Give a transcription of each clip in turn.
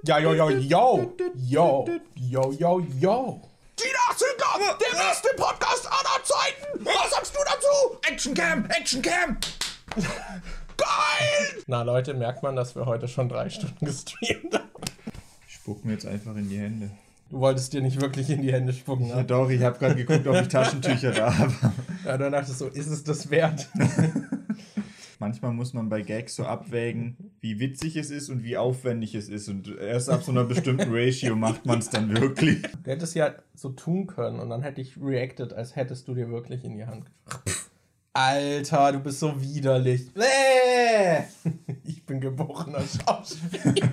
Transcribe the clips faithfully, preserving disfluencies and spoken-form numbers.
Ja, yo, yo, yo, yo, yo, yo, yo. Die Nachzügler, der beste Podcast aller Zeiten. Was sagst du dazu? Actioncam, Actioncam. Geil. Na Leute, merkt man, dass wir heute schon drei Stunden gestreamt haben? Ich spuck mir jetzt einfach in die Hände. Du wolltest dir nicht wirklich in die Hände spucken, ne? Ja, doch, ich habe gerade geguckt, ob ich Taschentücher da habe. Ja, dann dachte ich so, ist es das wert? Manchmal muss man bei Gags so abwägen, wie witzig es ist und wie aufwendig es ist. Und erst ab so einer bestimmten Ratio macht man es dann wirklich. Du hättest ja so tun können und dann hätte ich reacted, als hättest du dir wirklich in die Hand gespuckt. Alter, du bist so widerlich. Ich bin geborener Schauspieler.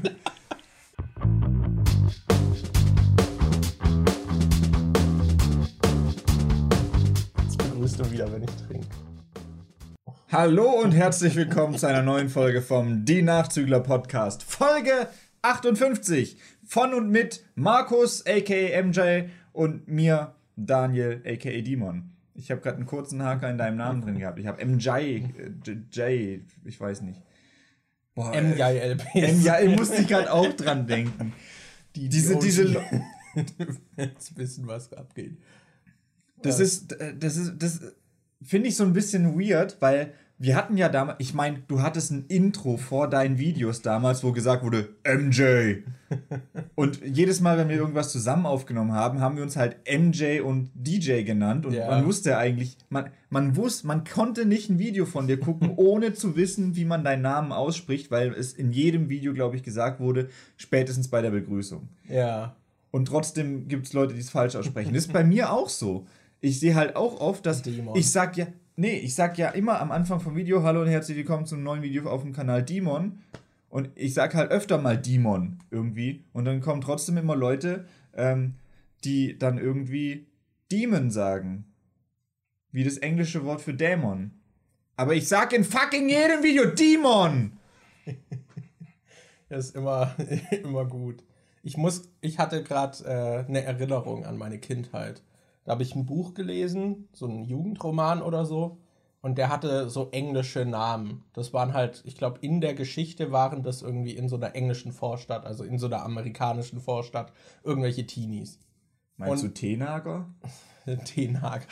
Jetzt begrüßt du wieder, wenn ich trinke. Hallo und herzlich willkommen zu einer neuen Folge vom Die Nachzügler Podcast. Folge achtundfünfzig. Von und mit Markus, aka M J, und mir, Daniel, aka Dimon. Ich habe gerade einen kurzen Haker in deinem Namen drin gehabt. Ich habe M J, äh, J, ich weiß nicht. Boah, M J L P. M J, musste ich gerade auch dran denken. Die, diese, die diese, jetzt wissen, was abgeht. Das ja. ist, das ist, das finde ich so ein bisschen weird, weil wir hatten ja damals, ich meine, du hattest ein Intro vor deinen Videos damals, wo gesagt wurde, M J. Und jedes Mal, wenn wir irgendwas zusammen aufgenommen haben, haben wir uns halt M J und D J genannt. Und ja. man wusste eigentlich, man, man wusste, man konnte nicht ein Video von dir gucken, ohne zu wissen, wie man deinen Namen ausspricht, weil es in jedem Video, glaube ich, gesagt wurde, spätestens bei der Begrüßung. Ja. Und trotzdem gibt es Leute, die es falsch aussprechen. Das ist bei mir auch so. Ich sehe halt auch oft, dass Dimon. ich sag ja, nee, ich sag ja immer am Anfang vom Video, hallo und herzlich willkommen zum neuen Video auf dem Kanal Dimon. Und ich sag halt öfter mal Dimon irgendwie. Und dann kommen trotzdem immer Leute, ähm, die dann irgendwie Demon sagen. Wie das englische Wort für Dämon. Aber ich sag in fucking jedem Video Dimon! Das ist immer, immer gut. Ich muss, ich hatte gerade äh, eine Erinnerung an meine Kindheit. Da habe ich ein Buch gelesen, so einen Jugendroman oder so, und der hatte so englische Namen. Das waren halt, ich glaube, in der Geschichte waren das irgendwie in so einer englischen Vorstadt, also in so einer amerikanischen Vorstadt, irgendwelche Teenies. Meinst und du Teenager? Teenager.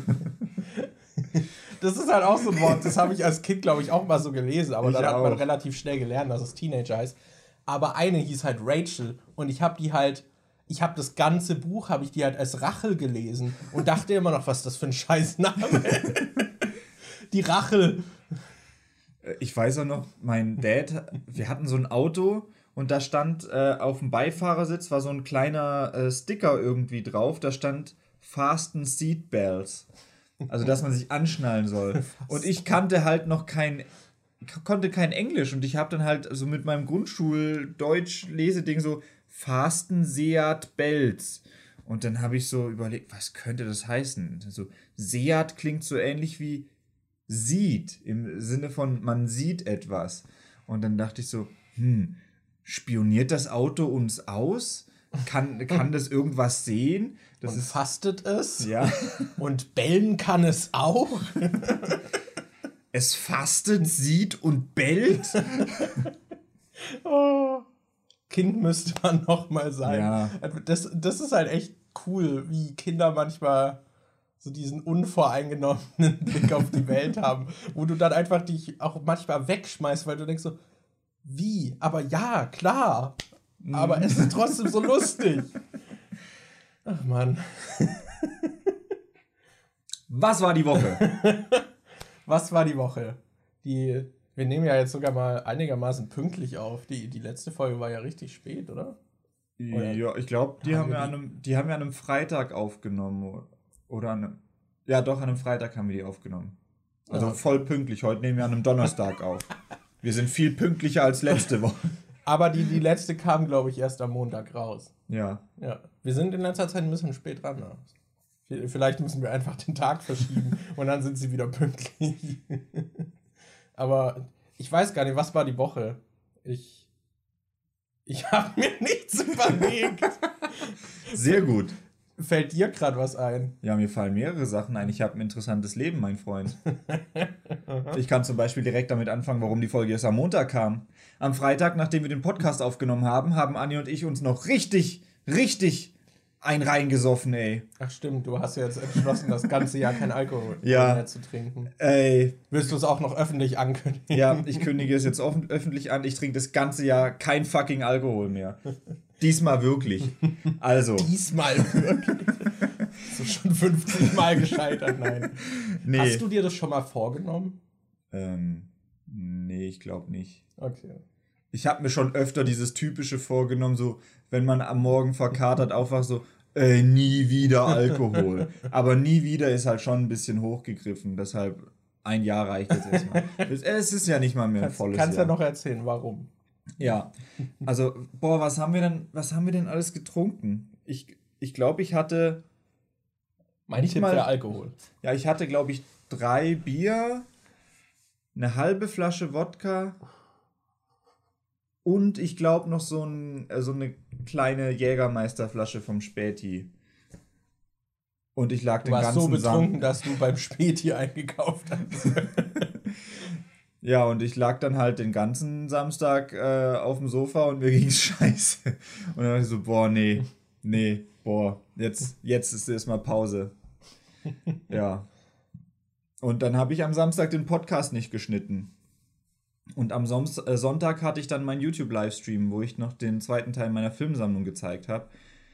Das ist halt auch so ein Wort, das habe ich als Kind, glaube ich, auch mal so gelesen, aber ich dann auch. Hat man relativ schnell gelernt, dass es Teenager heißt. Aber eine hieß halt Rachel und ich habe die halt Ich habe das ganze Buch, habe ich die halt als Rachel gelesen und dachte immer noch, was ist das für ein Scheißname? Die Rachel. Ich weiß auch noch, mein Dad, wir hatten so ein Auto und da stand äh, auf dem Beifahrersitz war so ein kleiner äh, Sticker irgendwie drauf, da stand Fasten Seatbelts. Also, dass man sich anschnallen soll. Und ich kannte halt noch kein konnte kein Englisch und ich habe dann halt so mit meinem Grundschul-Deutsch-Leseding so Fasten Seat Belts. Und dann habe ich so überlegt, was könnte das heißen? So, Seat klingt so ähnlich wie sieht, im Sinne von man sieht etwas. Und dann dachte ich so, hm, spioniert das Auto uns aus? Kann, kann das irgendwas sehen? Das und ist, fastet es? Ja. Und bellen kann es auch? Es fastet, sieht und bellt? Oh. Kind müsste man noch mal sein. Ja. Das, das ist halt echt cool, wie Kinder manchmal so diesen unvoreingenommenen Blick auf die Welt haben, wo du dann einfach dich auch manchmal wegschmeißt, weil du denkst so, wie? Aber ja, klar. Aber es ist trotzdem so lustig. Ach Mann. Was war die Woche? Was war die Woche? Die... Wir nehmen ja jetzt sogar mal einigermaßen pünktlich auf. Die, die letzte Folge war ja richtig spät, oder? oder? Ja, ich glaube, die, haben wir an einem, die haben wir an einem Freitag aufgenommen. Oder an einem, ja, doch, an einem Freitag haben wir die aufgenommen. Also ja. Voll pünktlich. Heute nehmen wir an einem Donnerstag auf. Wir sind viel pünktlicher als letzte Woche. Aber die, die letzte kam, glaube ich, erst am Montag raus. Ja. Ja. Wir sind in letzter Zeit ein bisschen spät dran. Ne? Vielleicht müssen wir einfach den Tag verschieben und dann sind sie wieder pünktlich. Aber ich weiß gar nicht, was war die Woche? Ich, ich habe mir nichts überlegt. Sehr gut. Fällt dir gerade was ein? Ja, mir fallen mehrere Sachen ein. Ich habe ein interessantes Leben, mein Freund. Ich kann zum Beispiel direkt damit anfangen, warum die Folge erst am Montag kam. Am Freitag, nachdem wir den Podcast aufgenommen haben, haben Anni und ich uns noch richtig, richtig ein reingesoffen, ey. Ach stimmt, du hast ja jetzt entschlossen, das ganze Jahr kein Alkohol Ja. mehr zu trinken. Ey, Willst du es auch noch öffentlich ankündigen? ja, ich kündige es jetzt offen, öffentlich an. Ich trinke das ganze Jahr kein fucking Alkohol mehr. Diesmal wirklich. Also. Diesmal wirklich. So schon fünfzig Mal gescheitert, nein. Nee. Hast du dir das schon mal vorgenommen? Ähm, nee, ich glaube nicht. Okay. Ich habe mir schon öfter dieses typische vorgenommen, so, wenn man am Morgen verkatert aufwacht, so, ey, nie wieder Alkohol. Aber nie wieder ist halt schon ein bisschen hochgegriffen, deshalb ein Jahr reicht jetzt erstmal. Es ist ja nicht mal mehr ein Kannst, volles kannst ja Jahr. noch erzählen, warum. Ja, also, boah, was haben wir denn, was haben wir denn alles getrunken? Ich, ich glaube, ich hatte, Mein Nicht Tipp mal- wäre Alkohol. ja, ich hatte, glaube ich, drei Bier, eine halbe Flasche Wodka und ich glaube noch so, ein, äh, so eine kleine Jägermeisterflasche vom Späti. Und ich lag Du den warst ganzen so betrunken, Sam- dass du beim Späti eingekauft hast. Ja, und ich lag dann halt den ganzen Samstag äh, auf dem Sofa und mir ging's scheiße. Und dann dachte ich so, boah, nee, nee, boah, jetzt, jetzt ist erstmal Pause. Ja. Und dann habe ich am Samstag den Podcast nicht geschnitten. Und am Soms- äh, Sonntag hatte ich dann meinen YouTube-Livestream, wo ich noch den zweiten Teil meiner Filmsammlung gezeigt habe.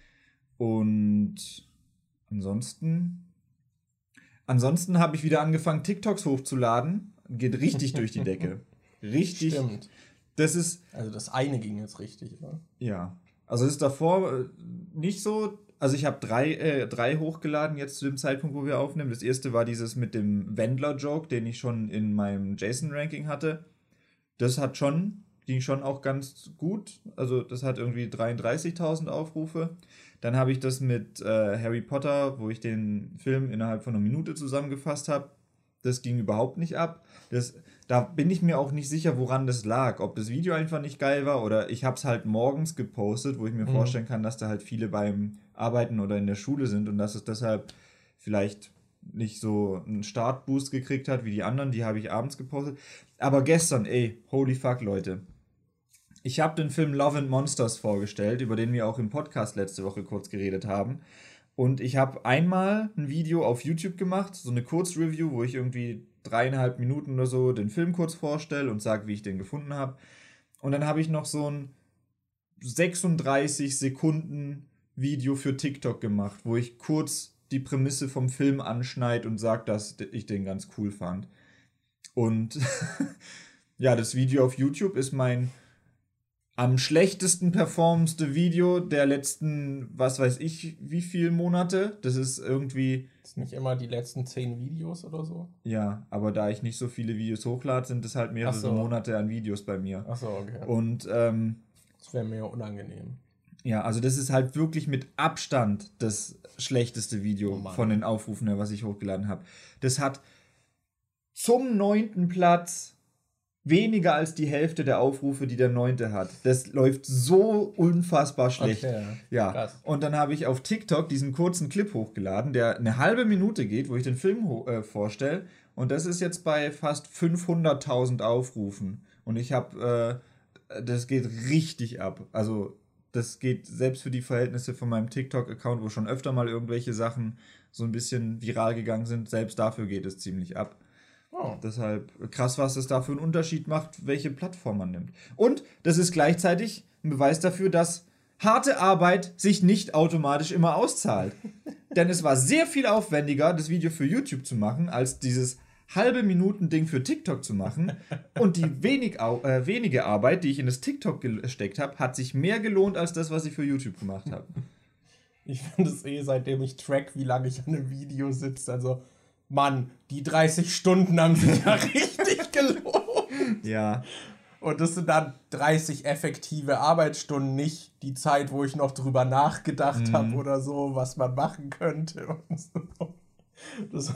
Und ansonsten... Ansonsten habe ich wieder angefangen, TikToks hochzuladen. Geht richtig durch die Decke. Richtig. Stimmt. Das ist, Also das eine ging jetzt richtig, oder? ja. Also es ist davor äh, nicht so. Also ich habe drei, äh, drei hochgeladen jetzt zu dem Zeitpunkt, wo wir aufnehmen. Das erste war dieses mit dem Wendler-Joke, den ich schon in meinem Jason-Ranking hatte. Das hat schon, ging schon auch ganz gut. Also das hat irgendwie dreiunddreißigtausend Aufrufe. Dann habe ich das mit äh, Harry Potter, wo ich den Film innerhalb von einer Minute zusammengefasst habe. Das ging überhaupt nicht ab. Das, da bin ich mir auch nicht sicher, woran das lag. Ob das Video einfach nicht geil war oder ich habe es halt morgens gepostet, wo ich mir Mhm. vorstellen kann, dass da halt viele beim Arbeiten oder in der Schule sind und dass es deshalb vielleicht nicht so einen Startboost gekriegt hat wie die anderen. Die habe ich abends gepostet. Aber gestern, ey, holy fuck, Leute. Ich habe den Film Love and Monsters vorgestellt, über den wir auch im Podcast letzte Woche kurz geredet haben. Und ich habe einmal ein Video auf YouTube gemacht, so eine Kurzreview, wo ich irgendwie dreieinhalb Minuten oder so den Film kurz vorstelle und sage, wie ich den gefunden habe. Und dann habe ich noch so ein sechsunddreißig Sekunden Video für TikTok gemacht, wo ich kurz die Prämisse vom Film anschneide und sage, dass ich den ganz cool fand. Und ja, das Video auf YouTube ist mein am schlechtesten performendste Video der letzten, was weiß ich, wie viele Monate. Das ist irgendwie, Das sind nicht immer die letzten zehn Videos oder so. ja, aber da ich nicht so viele Videos hochlade, sind es halt mehrere Ach so. Monate an Videos bei mir. Achso, okay. Und ähm, Das wäre mir unangenehm. ja, also das ist halt wirklich mit Abstand das schlechteste Video Oh Mann. von den Aufrufen her, was ich hochgeladen habe. Das hat zum neunten Platz weniger als die Hälfte der Aufrufe, die der neunte hat. Das läuft so unfassbar schlecht. Okay, Ja, krass. und dann habe ich auf TikTok diesen kurzen Clip hochgeladen, der eine halbe Minute geht, wo ich den Film ho- äh, vorstelle. Und das ist jetzt bei fast fünfhunderttausend Aufrufen. Und ich habe, äh, das geht richtig ab. Also das geht selbst für die Verhältnisse von meinem TikTok-Account, wo schon öfter mal irgendwelche Sachen so ein bisschen viral gegangen sind, selbst dafür geht es ziemlich ab. Oh. Deshalb krass, was es da für einen Unterschied macht, welche Plattform man nimmt. Und das ist gleichzeitig ein Beweis dafür, dass harte Arbeit sich nicht automatisch immer auszahlt. Denn es war sehr viel aufwendiger, das Video für YouTube zu machen, als dieses halbe Minuten-Ding für TikTok zu machen. Und die wenig, au- äh, wenige Arbeit, die ich in das TikTok gesteckt habe, hat sich mehr gelohnt als das, was ich für YouTube gemacht habe. Ich finde es eh, seitdem ich track, wie lange ich an einem Video sitze. Also, Mann, die dreißig Stunden haben sich ja richtig gelohnt. Ja, Und das sind dann dreißig effektive Arbeitsstunden, nicht die Zeit, wo ich noch drüber nachgedacht Mhm. habe oder so, was man machen könnte. Und so. Das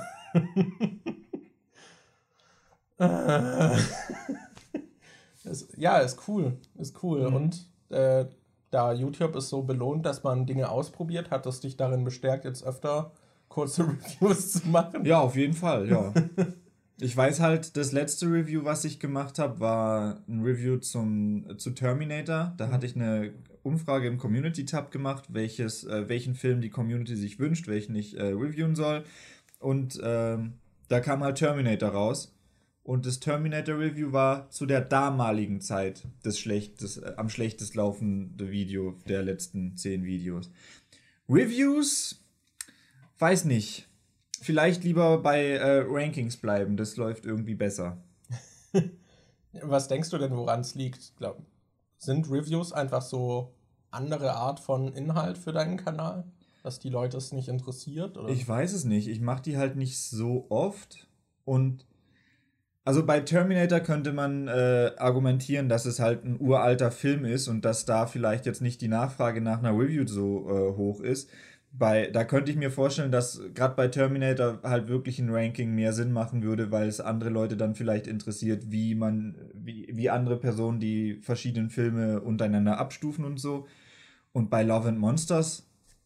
Äh. das, ja, ist cool. Ist cool. Mhm. Und äh, da YouTube es so belohnt, dass man Dinge ausprobiert, hat es dich darin bestärkt, jetzt öfter kurze Reviews zu machen? Ja, auf jeden Fall, ja. Ich weiß halt, das letzte Review, was ich gemacht habe, war ein Review zum, zu Terminator. Da hatte ich eine Umfrage im Community-Tab gemacht, welches, äh, welchen Film die Community sich wünscht, welchen ich äh, reviewen soll. Und ähm, da kam halt Terminator raus. Und das Terminator-Review war zu der damaligen Zeit das schlecht, das, äh, am schlechtest laufende Video der letzten zehn Videos. Reviews? Weiß nicht. Vielleicht lieber bei äh, Rankings bleiben, das läuft irgendwie besser. Was denkst du denn, woran es liegt? Glaub, sind Reviews einfach so andere Art von Inhalt für deinen Kanal? Dass die Leute es nicht interessiert? Oder? Ich weiß es nicht. Ich mache die halt nicht so oft. Und also bei Terminator könnte man äh, argumentieren, dass es halt ein uralter Film ist und dass da vielleicht jetzt nicht die Nachfrage nach einer Review so äh, hoch ist. Bei, da könnte ich mir vorstellen, dass gerade bei Terminator halt wirklich ein Ranking mehr Sinn machen würde, weil es andere Leute dann vielleicht interessiert, wie man, wie, wie andere Personen die verschiedenen Filme untereinander abstufen und so. Und bei Love and Monsters,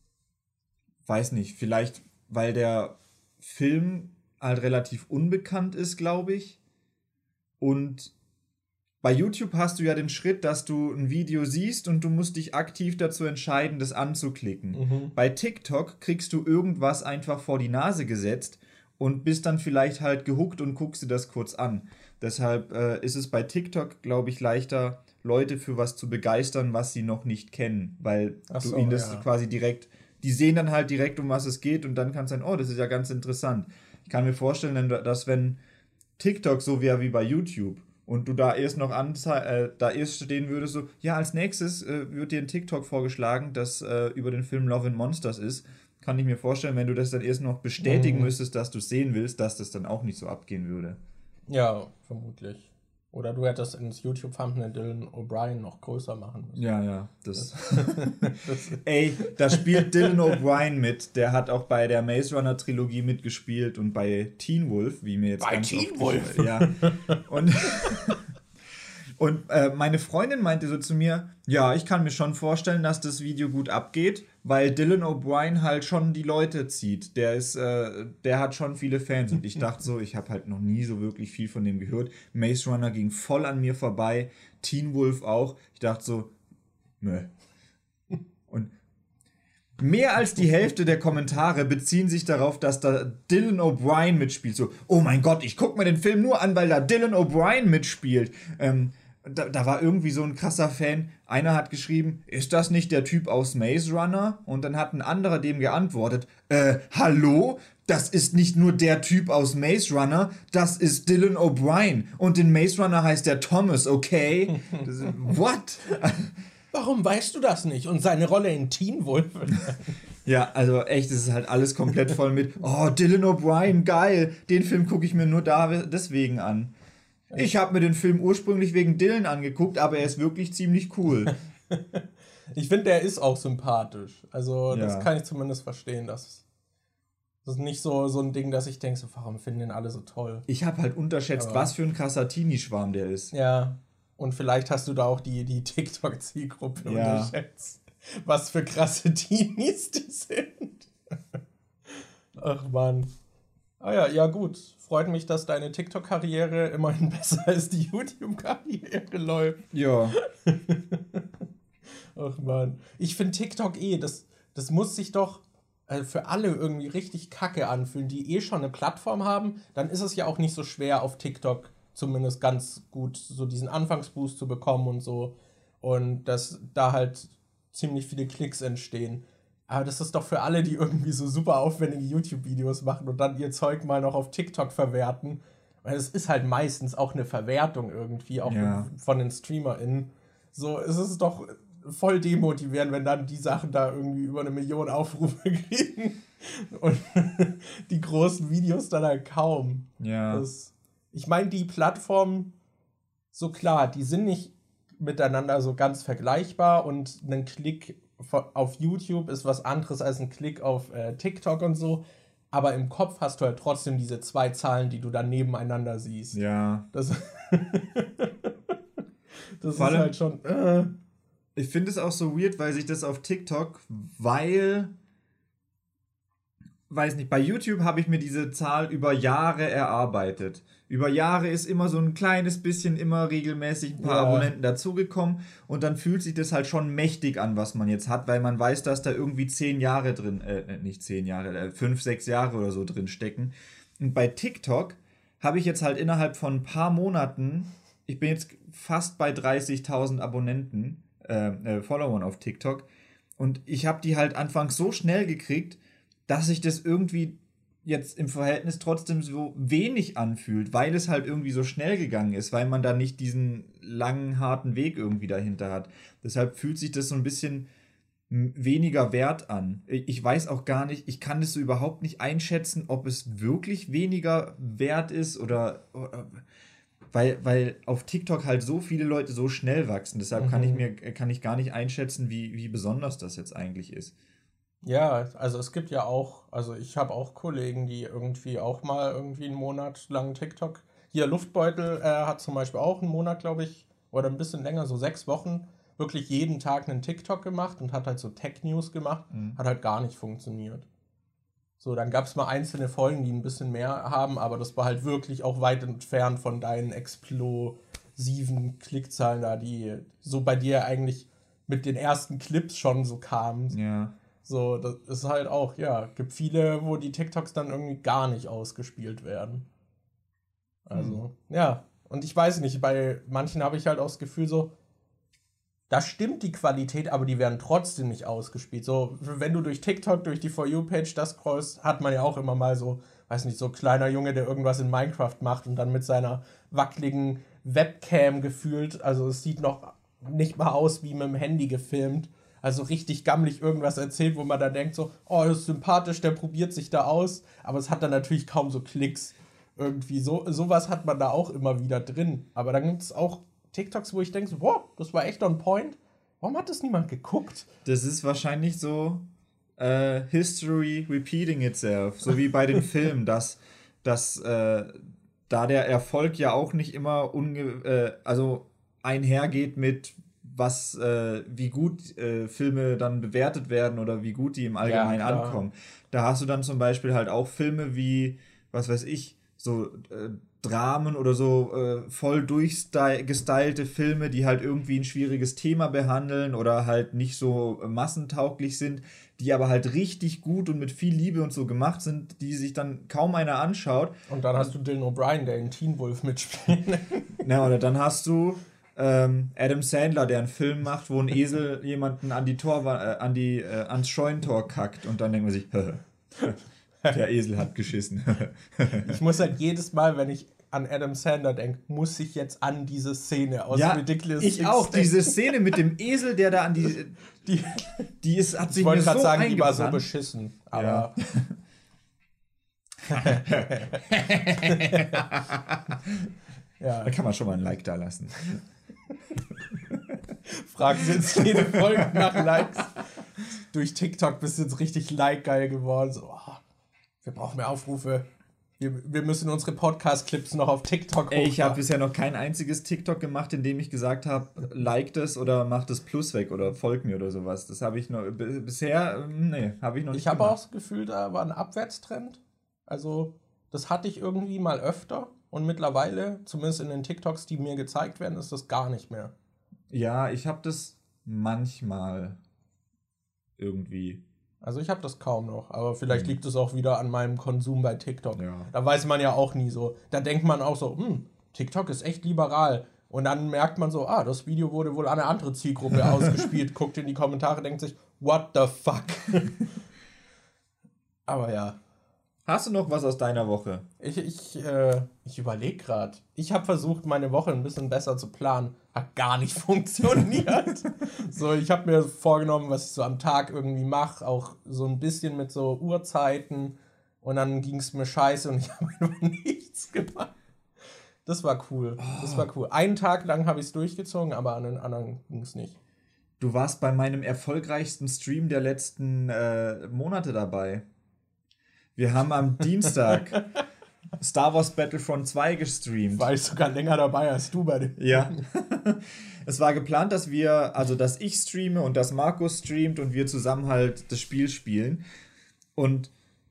weiß nicht, vielleicht, weil der Film halt relativ unbekannt ist, glaube ich. Und bei YouTube hast du ja den Schritt, dass du ein Video siehst und du musst dich aktiv dazu entscheiden, das anzuklicken. Mhm. Bei TikTok kriegst du irgendwas einfach vor die Nase gesetzt und bist dann vielleicht halt gehuckt und guckst dir das kurz an. Deshalb äh, ist es bei TikTok, glaube ich, leichter, Leute für was zu begeistern, was sie noch nicht kennen, weil Ach du so, ihnen das ja. quasi direkt, die sehen dann halt direkt, um was es geht und dann kann es sein, oh, das ist ja ganz interessant. Ich kann mir vorstellen, dass wenn TikTok so wäre wie bei YouTube, und du da erst noch anzei- äh, da erst stehen würdest, so, ja, als nächstes äh, wird dir ein TikTok vorgeschlagen, das äh, über den Film Love and Monsters ist, kann ich mir vorstellen, wenn du das dann erst noch bestätigen Mhm. müsstest, dass du es sehen willst, dass das dann auch nicht so abgehen würde. Ja, vermutlich. Oder du hättest ins YouTube-Thumbnail Dylan O'Brien noch größer machen müssen. Ja, ja, das... Das, Ey, da spielt Dylan O'Brien mit, der hat auch bei der Maze Runner Trilogie mitgespielt und bei Teen Wolf, wie mir jetzt Bei ganz Teen oft Wolf? Ja. Und... Und äh, meine Freundin meinte so zu mir, ja, ich kann mir schon vorstellen, dass das Video gut abgeht, weil Dylan O'Brien halt schon die Leute zieht. Der ist, äh, der hat schon viele Fans. Und ich dachte so, ich habe halt noch nie so wirklich viel von dem gehört. Maze Runner ging voll an mir vorbei, Teen Wolf auch. Ich dachte so, nö. Und mehr als die Hälfte der Kommentare beziehen sich darauf, dass da Dylan O'Brien mitspielt. So, oh mein Gott, ich gucke mir den Film nur an, weil da Dylan O'Brien mitspielt. Ähm, da, da war irgendwie so ein krasser Fan. Einer hat geschrieben, ist das nicht der Typ aus Maze Runner? Und dann hat ein anderer dem geantwortet, äh, hallo? Das ist nicht nur der Typ aus Maze Runner, das ist Dylan O'Brien. Und in Maze Runner heißt der Thomas, okay? Das ist, what? warum weißt du das nicht? Und seine Rolle in Teen Wolf? Ja, also echt, es ist halt alles komplett voll mit, oh, Dylan O'Brien, geil, den Film gucke ich mir nur da deswegen an. Ich habe mir den Film ursprünglich wegen Dylan angeguckt, aber er ist wirklich ziemlich cool. Ich finde, der ist auch sympathisch. Also, das Ja. kann ich zumindest verstehen. Dass das ist nicht so, so ein Ding, dass ich denke, so, warum finden den alle so toll? Ich habe halt unterschätzt, Aber- was für ein krasser Teenie-Schwarm der ist. Ja, und vielleicht hast du da auch die, die TikTok-Zielgruppe Ja. unterschätzt. Was für krasse Teenies die sind. Ach Mann. Ah ja, ja gut. Freut mich, dass deine TikTok-Karriere immerhin besser als die YouTube-Karriere läuft. Ja. Ach Mann. Ich finde TikTok eh, das, das muss sich doch äh, für alle irgendwie richtig kacke anfühlen, die eh schon eine Plattform haben. Dann ist es ja auch nicht so schwer, auf TikTok zumindest ganz gut so diesen Anfangsboost zu bekommen und so. Und dass da halt ziemlich viele Klicks entstehen. Aber das ist doch für alle, die irgendwie so super aufwendige YouTube-Videos machen und dann ihr Zeug mal noch auf TikTok verwerten. Weil es ist halt meistens auch eine Verwertung irgendwie, auch Ja. von den StreamerInnen. So, es ist doch voll demotivierend, wenn dann die Sachen da irgendwie über eine Million Aufrufe kriegen. Und die großen Videos dann halt kaum. Ja. Das, ich meine, die Plattformen, so klar, die sind nicht miteinander so ganz vergleichbar und ein Klick von- auf YouTube ist was anderes als ein Klick auf äh, TikTok und so. Aber im Kopf hast du halt trotzdem diese zwei Zahlen, die du dann nebeneinander siehst. Ja. Das, das ist Vor allem- halt schon. Äh, Ich finde es auch so weird, weil sich das auf TikTok, weil, weiß nicht, bei YouTube habe ich mir diese Zahl über Jahre erarbeitet. Über Jahre ist immer so ein kleines bisschen, immer regelmäßig ein paar Ja. Abonnenten dazugekommen und dann fühlt sich das halt schon mächtig an, was man jetzt hat, weil man weiß, dass da irgendwie zehn Jahre drin, äh, nicht zehn Jahre, äh, fünf, sechs Jahre oder so drin stecken. Und bei TikTok habe ich jetzt halt innerhalb von ein paar Monaten, ich bin jetzt fast bei dreißigtausend Abonnenten, äh, äh, Followern auf TikTok und ich habe die halt anfangs so schnell gekriegt, dass sich das irgendwie jetzt im Verhältnis trotzdem so wenig anfühlt, weil es halt irgendwie so schnell gegangen ist, weil man da nicht diesen langen, harten Weg irgendwie dahinter hat. Deshalb fühlt sich das so ein bisschen weniger wert an. Ich weiß auch gar nicht, ich kann das so überhaupt nicht einschätzen, ob es wirklich weniger wert ist oder, oder weil, weil auf TikTok halt so viele Leute so schnell wachsen. Deshalb mhm. kann ich mir kann ich gar nicht einschätzen, wie, wie besonders das jetzt eigentlich ist. Ja, also es gibt ja auch, also ich habe auch Kollegen, die irgendwie auch mal irgendwie einen Monat lang TikTok. Hier Luftbeutel äh, hat zum Beispiel auch einen Monat, glaube ich, oder ein bisschen länger, so sechs Wochen, wirklich jeden Tag einen TikTok gemacht und hat halt so Tech-News gemacht, mhm. hat halt gar nicht funktioniert. So, dann gab es mal einzelne Folgen, die ein bisschen mehr haben, aber das war halt wirklich auch weit entfernt von deinen explosiven Klickzahlen da, die so bei dir eigentlich mit den ersten Clips schon so kamen. Ja. So, das ist halt auch, ja, gibt viele, wo die TikToks dann irgendwie gar nicht ausgespielt werden. Also, hm. ja, und ich weiß nicht, bei manchen habe ich halt auch das Gefühl so, da stimmt die Qualität, aber die werden trotzdem nicht ausgespielt. So, wenn du durch TikTok, durch die For You-Page das scrollst, hat man ja auch immer mal so, weiß nicht, so kleiner Junge, der irgendwas in Minecraft macht und dann mit seiner wackeligen Webcam gefühlt, also es sieht noch nicht mal aus wie mit dem Handy gefilmt, also richtig gammelig irgendwas erzählt, wo man dann denkt so, oh, das ist sympathisch, der probiert sich da aus, aber es hat dann natürlich kaum so Klicks. Irgendwie so, sowas hat man da auch immer wieder drin. Aber dann gibt es auch TikToks, wo ich denke so, wow, das war echt on point. Warum hat das niemand geguckt? Das ist wahrscheinlich so äh, History repeating itself, so wie bei den Filmen, dass, dass äh, da der Erfolg ja auch nicht immer unge äh, also einhergeht mit was, äh, wie gut äh, Filme dann bewertet werden oder wie gut die im Allgemeinen ja, ankommen. Da hast du dann zum Beispiel halt auch Filme wie, was weiß ich, so äh, Dramen oder so äh, voll durchgestylte Filme, die halt irgendwie ein schwieriges Thema behandeln oder halt nicht so äh, massentauglich sind, die aber halt richtig gut und mit viel Liebe und so gemacht sind, die sich dann kaum einer anschaut. Und dann hast du Dylan O'Brien, der in Teen Wolf mitspielt. Na, oder dann hast du ähm, Adam Sandler, der einen Film macht, wo ein Esel jemanden an die Tor, äh, an die, äh, ans Scheunentor kackt und dann denkt man sich, der Esel hat geschissen. Ich muss halt jedes Mal, wenn ich an Adam Sandler denke, muss ich jetzt an diese Szene aus ja, Ridiculous ich Six auch. denken. Diese Szene mit dem Esel, der da an die... Die, die ist, hat sich ich wollte mir gerade so sagen, die war eingebrannt. so beschissen. Aber... Ja. Ja. Da kann man schon mal ein Like da lassen. Fragen Sie jetzt jede Folge nach Likes. Durch TikTok bist du jetzt richtig like-geil geworden. So, oh, wir brauchen mehr Aufrufe. Wir, wir müssen unsere Podcast-Clips noch auf TikTok hochladen. Ey, ich habe bisher noch kein einziges TikTok gemacht, in dem ich gesagt habe, like das oder mach das Plus weg oder folg mir oder sowas. Das habe ich noch, b- bisher, nee, habe ich noch nicht Ich habe gemacht. auch das Gefühl, da war ein Abwärtstrend. Also, das hatte ich irgendwie mal öfter. Und mittlerweile, zumindest in den TikToks, die mir gezeigt werden, ist das gar nicht mehr. Ja, ich habe das manchmal irgendwie. Also ich habe das kaum noch, aber vielleicht mhm. liegt es auch wieder an meinem Konsum bei TikTok. Ja. Da weiß man ja auch nie so. Da denkt man auch so, hm, TikTok ist echt liberal. Und dann merkt man so, ah, das Video wurde wohl an eine andere Zielgruppe ausgespielt, guckt in die Kommentare, denkt sich, what the fuck? Aber ja. Hast du noch was aus deiner Woche? Ich, ich, äh, ich überlege gerade. Ich habe versucht, meine Woche ein bisschen besser zu planen. Hat gar nicht funktioniert. So, ich habe mir vorgenommen, was ich so am Tag irgendwie mache. Auch so ein bisschen mit so Uhrzeiten. Und dann ging es mir scheiße und ich habe einfach nichts gemacht. Das war cool. Oh. Das war cool. Einen Tag lang habe ich es durchgezogen, aber an den anderen ging es nicht. Du warst bei meinem erfolgreichsten Stream der letzten äh, Monate dabei. Wir haben am Dienstag Star Wars Battlefront zwei gestreamt. War ich sogar länger dabei als du bei dem. Ja. Es war geplant, dass wir, also dass ich streame und dass Markus streamt und wir zusammen halt das Spiel spielen. Und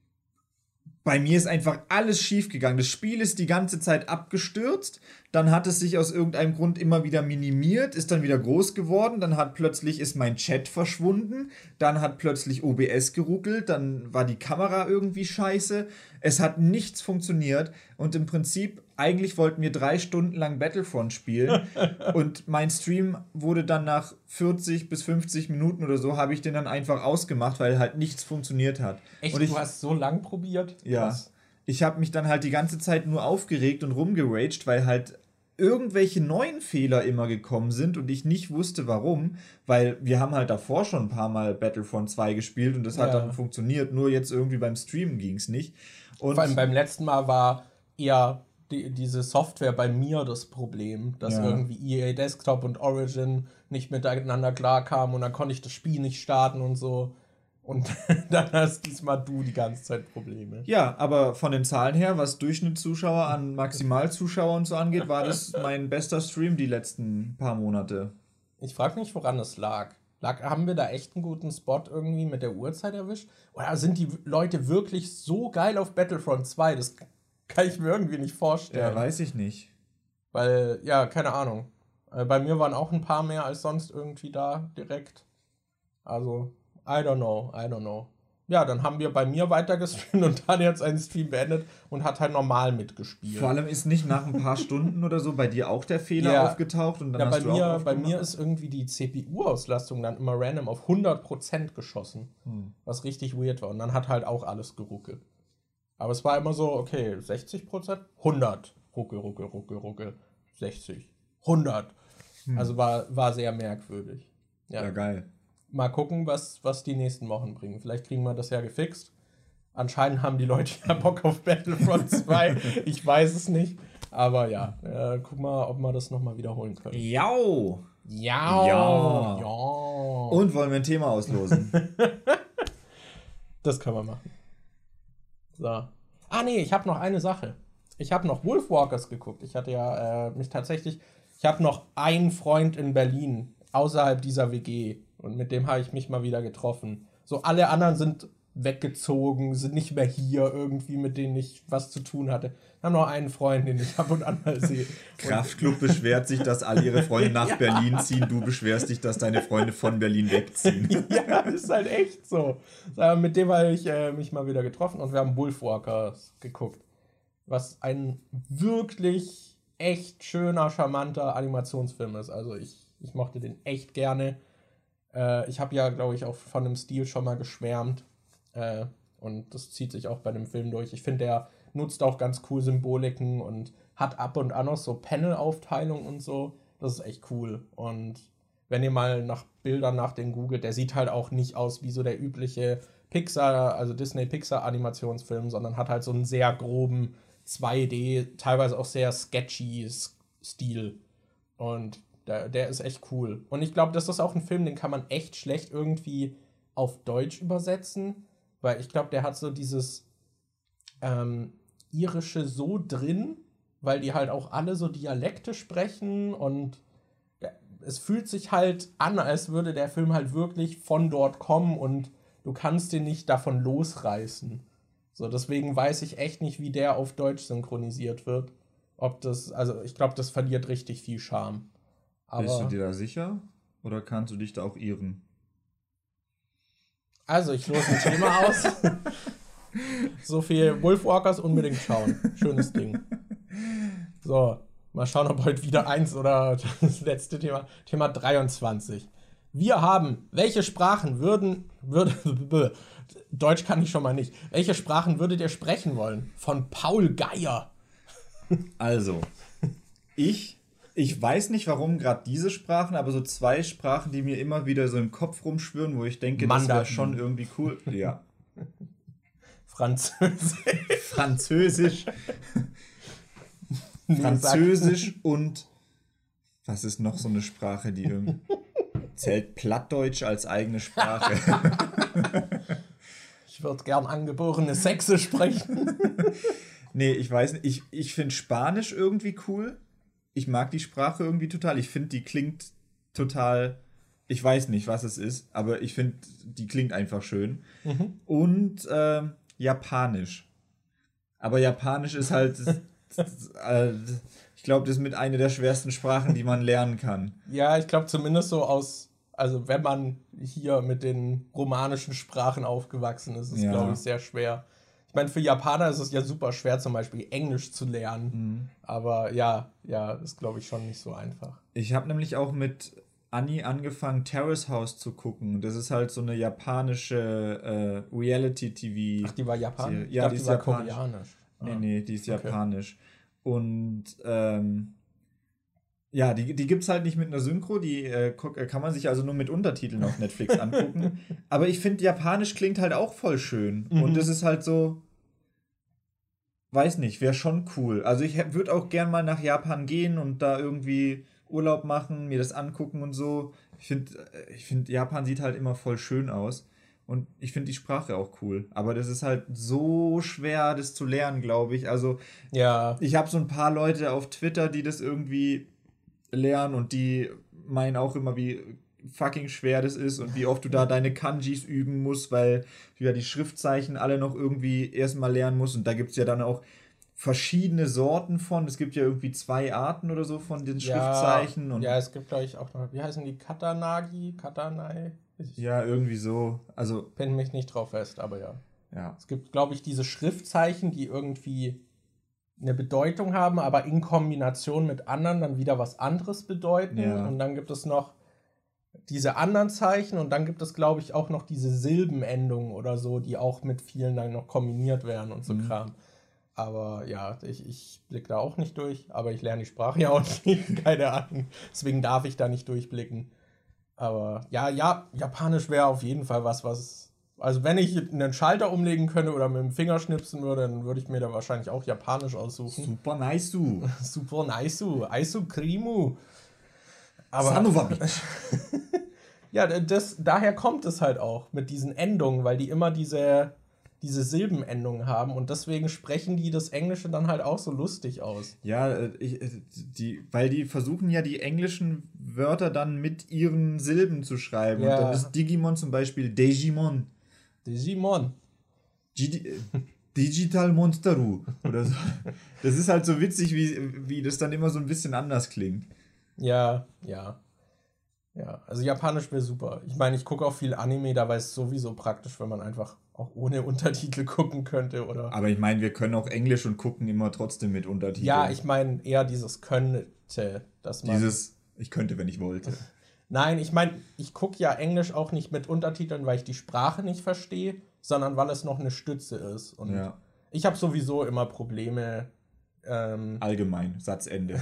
bei mir ist einfach alles schief gegangen. Das Spiel ist die ganze Zeit abgestürzt. Dann hat es sich aus irgendeinem Grund immer wieder minimiert, ist dann wieder groß geworden. Dann hat plötzlich ist mein Chat verschwunden. Dann hat plötzlich O B S geruckelt. Dann war die Kamera irgendwie scheiße. Es hat nichts funktioniert. Und im Prinzip, eigentlich wollten wir drei Stunden lang Battlefront spielen. Und mein Stream wurde dann nach vierzig bis fünfzig Minuten oder so, habe ich den dann einfach ausgemacht, weil halt nichts funktioniert hat. Echt, und ich, du hast so lang probiert? Ja. Krass. Ich habe mich dann halt die ganze Zeit nur aufgeregt und rumgeraged, weil halt irgendwelche neuen Fehler immer gekommen sind und ich nicht wusste, warum, weil wir haben halt davor schon ein paar Mal Battlefront zwei gespielt und das hat Ja. dann funktioniert, nur jetzt irgendwie beim Streamen ging es nicht. Und Vor allem beim letzten Mal war eher die, diese Software bei mir das Problem, dass Ja. irgendwie E A Desktop und Origin nicht miteinander klarkamen und dann konnte ich das Spiel nicht starten und so. Und dann hast diesmal du die ganze Zeit Probleme. ja, aber von den Zahlen her, was Durchschnittszuschauer an Maximalzuschauer und so angeht, war das mein bester Stream die letzten paar Monate. Ich frage mich, woran das lag. lag. Haben wir da echt einen guten Spot irgendwie mit der Uhrzeit erwischt? Oder sind die Leute wirklich so geil auf Battlefront zwei? Das kann ich mir irgendwie nicht vorstellen. Ja, weiß ich nicht. Weil, ja, keine Ahnung. Äh, Bei mir waren auch ein paar mehr als sonst irgendwie da direkt. Also, I don't know, I don't know. Ja, dann haben wir bei mir weiter gestreamt und dann jetzt einen Stream beendet und hat halt normal mitgespielt. Vor allem ist nicht nach ein paar Stunden oder so bei dir auch der Fehler Ja. aufgetaucht und dann Ja, hast bei du mir, auch bei mir aufgemacht? ist irgendwie die C P U-Auslastung dann immer random auf hundert Prozent geschossen. Hm. Was richtig weird war. Und dann hat halt auch alles geruckelt. Aber es war immer so, okay, sechzig Prozent, hundert. Ruckel, ruckel, ruckel, ruckel. sechzig, hundert. Also war, war sehr merkwürdig. Ja. Ja, geil. Mal gucken, was, was die nächsten Wochen bringen. Vielleicht kriegen wir das ja gefixt. Anscheinend haben die Leute ja Bock auf Battlefront zwei. Ich weiß es nicht. Aber ja, äh, guck mal, ob wir das nochmal wiederholen können. Jau! Ja. Ja. Ja. Und wollen wir ein Thema auslosen? Das können wir machen. So. Ah nee, ich habe noch eine Sache. Ich habe noch Wolfwalkers geguckt. Ich hatte ja äh, mich tatsächlich... Ich habe noch einen Freund in Berlin, außerhalb dieser W G. Und mit dem habe ich mich mal wieder getroffen. So, alle anderen sind weggezogen, sind nicht mehr hier irgendwie, mit denen ich was zu tun hatte. Ich habe noch einen Freund, den ich ab und an mal sehe. Kraftklub beschwert sich, dass alle ihre Freunde nach Ja. Berlin ziehen. Du beschwerst dich, dass deine Freunde von Berlin wegziehen. Ja, ist halt echt so. Aber mit dem habe ich äh, mich mal wieder getroffen und wir haben Wolfwalkers geguckt. Was ein wirklich echt schöner, charmanter Animationsfilm ist. Also ich, ich mochte den echt gerne. Äh, ich habe ja, glaube ich, auch von dem Stil schon mal geschwärmt. Äh, und das zieht sich auch bei dem Film durch. Ich finde, der nutzt auch ganz cool Symboliken und hat ab und an noch so Panel-Aufteilung und so. Das ist echt cool. Und wenn ihr mal nach Bildern nach den googelt, der sieht halt auch nicht aus wie so der übliche Pixar, also Disney-Pixar-Animationsfilm, sondern hat halt so einen sehr groben zwei D, teilweise auch sehr sketchy Stil. Und der, der ist echt cool. Und ich glaube, das ist auch ein Film, den kann man echt schlecht irgendwie auf Deutsch übersetzen, weil ich glaube, der hat so dieses ähm, Irische so drin, weil die halt auch alle so Dialekte sprechen und der, es fühlt sich halt an, als würde der Film halt wirklich von dort kommen und du kannst den nicht davon losreißen. So, deswegen weiß ich echt nicht, wie der auf Deutsch synchronisiert wird. Ob das, also ich glaube, das verliert richtig viel Charme. Aber, Bist du dir da sicher? Oder kannst du dich da auch irren? Also, ich lose ein Thema aus. So viel Wolfwalkers unbedingt schauen. Schönes Ding. So, mal schauen, ob heute wieder eins oder das letzte Thema. Thema dreiundzwanzig. Wir haben, welche Sprachen würden, würde, Deutsch kann ich schon mal nicht. Welche Sprachen würdet ihr sprechen wollen? Von Paul Geier. Also, ich, ich weiß nicht, warum gerade diese Sprachen, aber so zwei Sprachen, die mir immer wieder so im Kopf rumschwirren, wo ich denke, das wäre Mandarin. schon irgendwie cool. Ja. Französisch. Französisch. Nee, sag- Französisch und was ist noch so eine Sprache, die irgendwie zählt Plattdeutsch als eigene Sprache? Ich würde gern angeborene Sächse sprechen. Nee, ich weiß nicht. Ich, ich finde Spanisch irgendwie cool. Ich mag die Sprache irgendwie total. Ich finde, die klingt total. Ich weiß nicht, was es ist, aber ich finde, die klingt einfach schön. Mhm. Und ähm, Japanisch. Aber Japanisch ist halt. das, das, äh, ich glaube, das ist mit einer der schwersten Sprachen, die man lernen kann. Ja, ich glaube zumindest so aus, also wenn man hier mit den romanischen Sprachen aufgewachsen ist, ist es, Ja. glaube ich, sehr schwer. Ich meine, für Japaner ist es ja super schwer, zum Beispiel Englisch zu lernen. Mhm. Aber ja, ja, ist, glaube ich, schon nicht so einfach. Ich habe nämlich auch mit Anni angefangen, Terrace House zu gucken. Das ist halt so eine japanische äh, Reality-T V. Ach, die war japanisch? Ja, Ich dachte, die die ist war japanisch. koreanisch. Nee, Ah. nee, die ist Okay. japanisch. Und ähm, ja, die, die gibt es halt nicht mit einer Synchro, die äh, guck, äh, kann man sich also nur mit Untertiteln auf Netflix angucken. Aber ich finde, Japanisch klingt halt auch voll schön. Mhm. Und das ist halt so, weiß nicht, wäre schon cool. Also ich würde auch gern mal nach Japan gehen und da irgendwie Urlaub machen, mir das angucken und so. Ich finde, ich find, Japan sieht halt immer voll schön aus. Und ich finde die Sprache auch cool. Aber das ist halt so schwer, das zu lernen, glaube ich. Also Ja, ich habe so ein paar Leute auf Twitter, die das irgendwie lernen und die meinen auch immer, wie fucking schwer das ist und wie oft du da deine Kanjis üben musst, weil du ja die Schriftzeichen alle noch irgendwie erstmal lernen musst. Und da gibt es ja dann auch verschiedene Sorten von. Es gibt ja irgendwie zwei Arten oder so von den ja, Schriftzeichen. Und ja, es gibt, glaube ich, auch noch, wie heißen die? Katanagi? Katanai? Ich ja, irgendwie so. Also, pin mich nicht drauf fest, aber ja. ja. Es gibt, glaube ich, diese Schriftzeichen, die irgendwie eine Bedeutung haben, aber in Kombination mit anderen dann wieder was anderes bedeuten. Ja. Und dann gibt es noch diese anderen Zeichen und dann gibt es, glaube ich, auch noch diese Silbenendungen oder so, die auch mit vielen dann noch kombiniert werden und so Mhm. Kram. Aber ja, ich, ich blicke da auch nicht durch, aber ich lerne die Sprache ja auch nicht, keine Ahnung. Deswegen darf ich da nicht durchblicken. Aber ja, ja, Japanisch wäre auf jeden Fall was, was. Also, wenn ich einen Schalter umlegen könnte oder mit dem Finger schnipsen würde, dann würde ich mir da wahrscheinlich auch Japanisch aussuchen. Super nice, du. Super nice, Aisu Krimu. Aber Sanowabi. ja, das, daher kommt es halt auch mit diesen Endungen, weil die immer diese, diese Silbenendungen haben und deswegen sprechen die das Englische dann halt auch so lustig aus. Ja, äh, ich, äh, die, weil die versuchen ja die englischen Wörter dann mit ihren Silben zu schreiben. Ja. Und dann ist Digimon zum Beispiel Digimon. Digimon. G- äh, Digital Monsteru oder so. Das ist halt so witzig, wie, wie das dann immer so ein bisschen anders klingt. Ja, ja. Ja, also Japanisch wäre super. Ich meine, ich gucke auch viel Anime, da wäre es sowieso praktisch, wenn man einfach auch ohne Untertitel gucken könnte, oder? Aber ich meine, wir können auch Englisch und gucken immer trotzdem mit Untertiteln. Ja, ich meine eher dieses könnte, dass man. Dieses, ich könnte, wenn ich wollte. Nein, ich meine, ich gucke ja Englisch auch nicht mit Untertiteln, weil ich die Sprache nicht verstehe, sondern weil es noch eine Stütze ist. Und Ja. ich habe sowieso immer Probleme. Ähm, Allgemein, Satzende.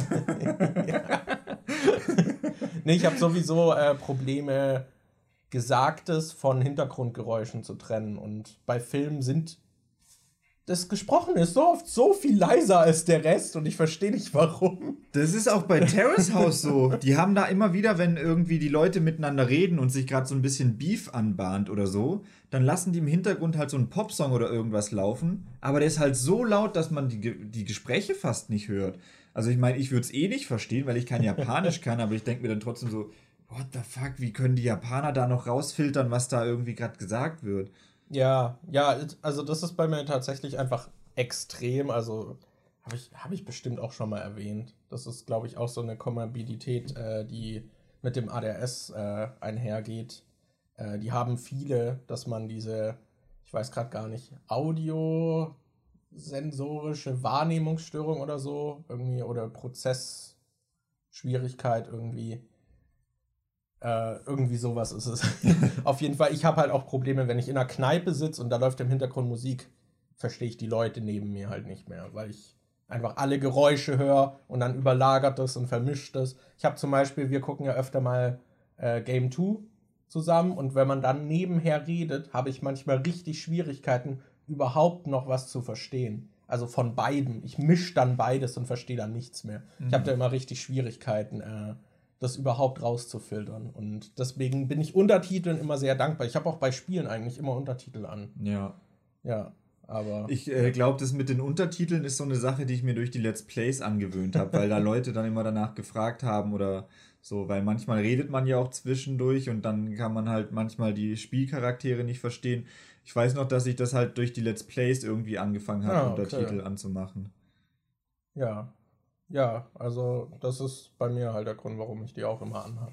nee, ich habe sowieso äh, Probleme, Gesagtes von Hintergrundgeräuschen zu trennen. Und bei Filmen sind das Gesprochene ist so oft so viel leiser als der Rest und ich verstehe nicht warum. Das ist auch bei Terrace House so. Die haben da immer wieder, wenn irgendwie die Leute miteinander reden und sich gerade so ein bisschen Beef anbahnt oder so, dann lassen die im Hintergrund halt so einen Popsong oder irgendwas laufen. Aber der ist halt so laut, dass man die, Ge- die Gespräche fast nicht hört. Also ich meine, ich würde es eh nicht verstehen, weil ich kein Japanisch kann, aber ich denke mir dann trotzdem so, what the fuck, wie können die Japaner da noch rausfiltern, was da irgendwie gerade gesagt wird? Ja, ja, also das ist bei mir tatsächlich einfach extrem. Also habe ich, hab ich bestimmt auch schon mal erwähnt. Das ist, glaube ich, auch so eine Komorbidität, äh, die mit dem A D H S äh, einhergeht. Äh, die haben viele, dass man diese, ich weiß gerade gar nicht, audiosensorische Wahrnehmungsstörung oder so, irgendwie, oder Prozessschwierigkeit irgendwie. Äh, irgendwie sowas ist es. Auf jeden Fall, ich habe halt auch Probleme, wenn ich in einer Kneipe sitze und da läuft im Hintergrund Musik, verstehe ich die Leute neben mir halt nicht mehr, weil ich einfach alle Geräusche höre und dann überlagert das und vermischt das. Ich habe zum Beispiel, wir gucken ja öfter mal äh, Game zwei zusammen und wenn man dann nebenher redet, habe ich manchmal richtig Schwierigkeiten, überhaupt noch was zu verstehen. Also von beiden. Ich mische dann beides und verstehe dann nichts mehr. Mhm. Ich habe da immer richtig Schwierigkeiten, äh, das überhaupt rauszufiltern. Und deswegen bin ich Untertiteln immer sehr dankbar. Ich habe auch bei Spielen eigentlich immer Untertitel an. Ja. Ja, Aber Ich äh, glaube, das mit den Untertiteln ist so eine Sache, die ich mir durch die Let's Plays angewöhnt habe, weil da Leute dann immer danach gefragt haben oder so, weil manchmal redet man ja auch zwischendurch und dann kann man halt manchmal die Spielcharaktere nicht verstehen. Ich weiß noch, dass ich das halt durch die Let's Plays irgendwie angefangen habe, Ah, okay. Untertitel anzumachen. ja, ja, also das ist bei mir halt der Grund, warum ich die auch immer anhab.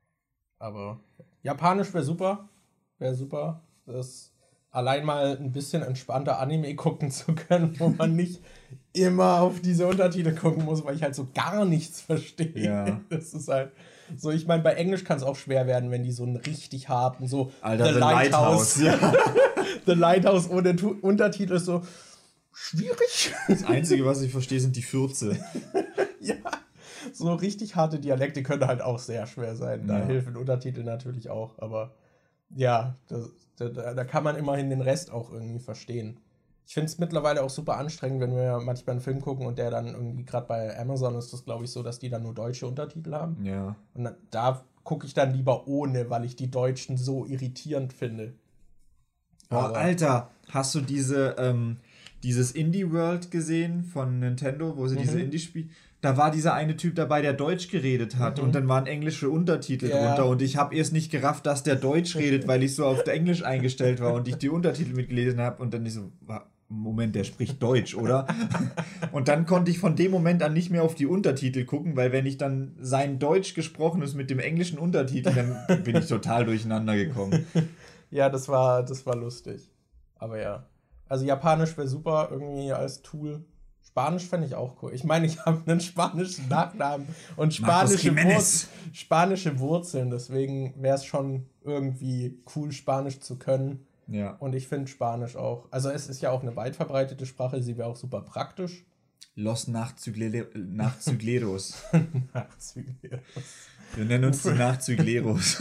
Aber Japanisch wäre super, wäre super. Das allein mal ein bisschen entspannter Anime gucken zu können, wo man nicht immer auf diese Untertitel gucken muss, weil ich halt so gar nichts verstehe. Ja. Das ist halt so, ich meine, bei Englisch kann es auch schwer werden, wenn die so einen richtig harten, so Alter, The Lighthouse. Ja. The Lighthouse ohne Tu- Untertitel ist so schwierig. Das Einzige, was ich verstehe, sind die Fürze. Ja, so richtig harte Dialekte können halt auch sehr schwer sein. Da Ja. helfen Untertitel natürlich auch, aber ja, das, da, da kann man immerhin den Rest auch irgendwie verstehen. Ich finde es mittlerweile auch super anstrengend, wenn wir manchmal einen Film gucken und der dann irgendwie, gerade bei Amazon ist das, glaube ich, so, dass die dann nur deutsche Untertitel haben. Ja. Und dann, da gucke ich dann lieber ohne, weil ich die Deutschen so irritierend finde. Boah, Aber- Alter, hast du diese, ähm, dieses Indie-World gesehen von Nintendo, wo sie diese Mhm. Indie-Spiele... Da war dieser eine Typ dabei, der Deutsch geredet hat Mhm. und dann waren englische Untertitel Ja. drunter und ich habe erst nicht gerafft, dass der Deutsch redet, weil ich so auf Englisch eingestellt war und ich die Untertitel mitgelesen habe und dann ich so, wa- Moment, der spricht Deutsch, oder? Und dann konnte ich von dem Moment an nicht mehr auf die Untertitel gucken, weil wenn ich dann sein Deutsch gesprochen ist mit dem englischen Untertitel, dann bin ich total durcheinander gekommen. Ja, das war, das war lustig. Aber ja. Also Japanisch wäre super irgendwie als Tool. Spanisch fände ich auch cool. Ich meine, ich habe einen spanischen Nachnamen und Marcos spanische, Jiménez. Wurz, spanische Wurzeln. Deswegen wäre es schon irgendwie cool, Spanisch zu können. Ja. Und ich finde Spanisch auch. Also es ist ja auch eine weit verbreitete Sprache. Sie wäre auch super praktisch. Los Nachzügle- Nachzügleros. Nachzügleros. Wir nennen uns die Nachzügleros.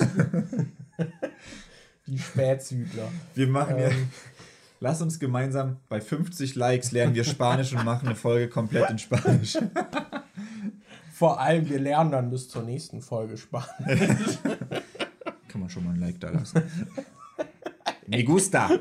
Die Spätzügler. Wir machen ja. Ähm. Lass uns gemeinsam bei fünfzig Likes lernen wir Spanisch und machen eine Folge komplett in Spanisch. Vor allem, wir lernen dann bis zur nächsten Folge Spanisch. Kann man schon mal ein Like da lassen. Me gusta.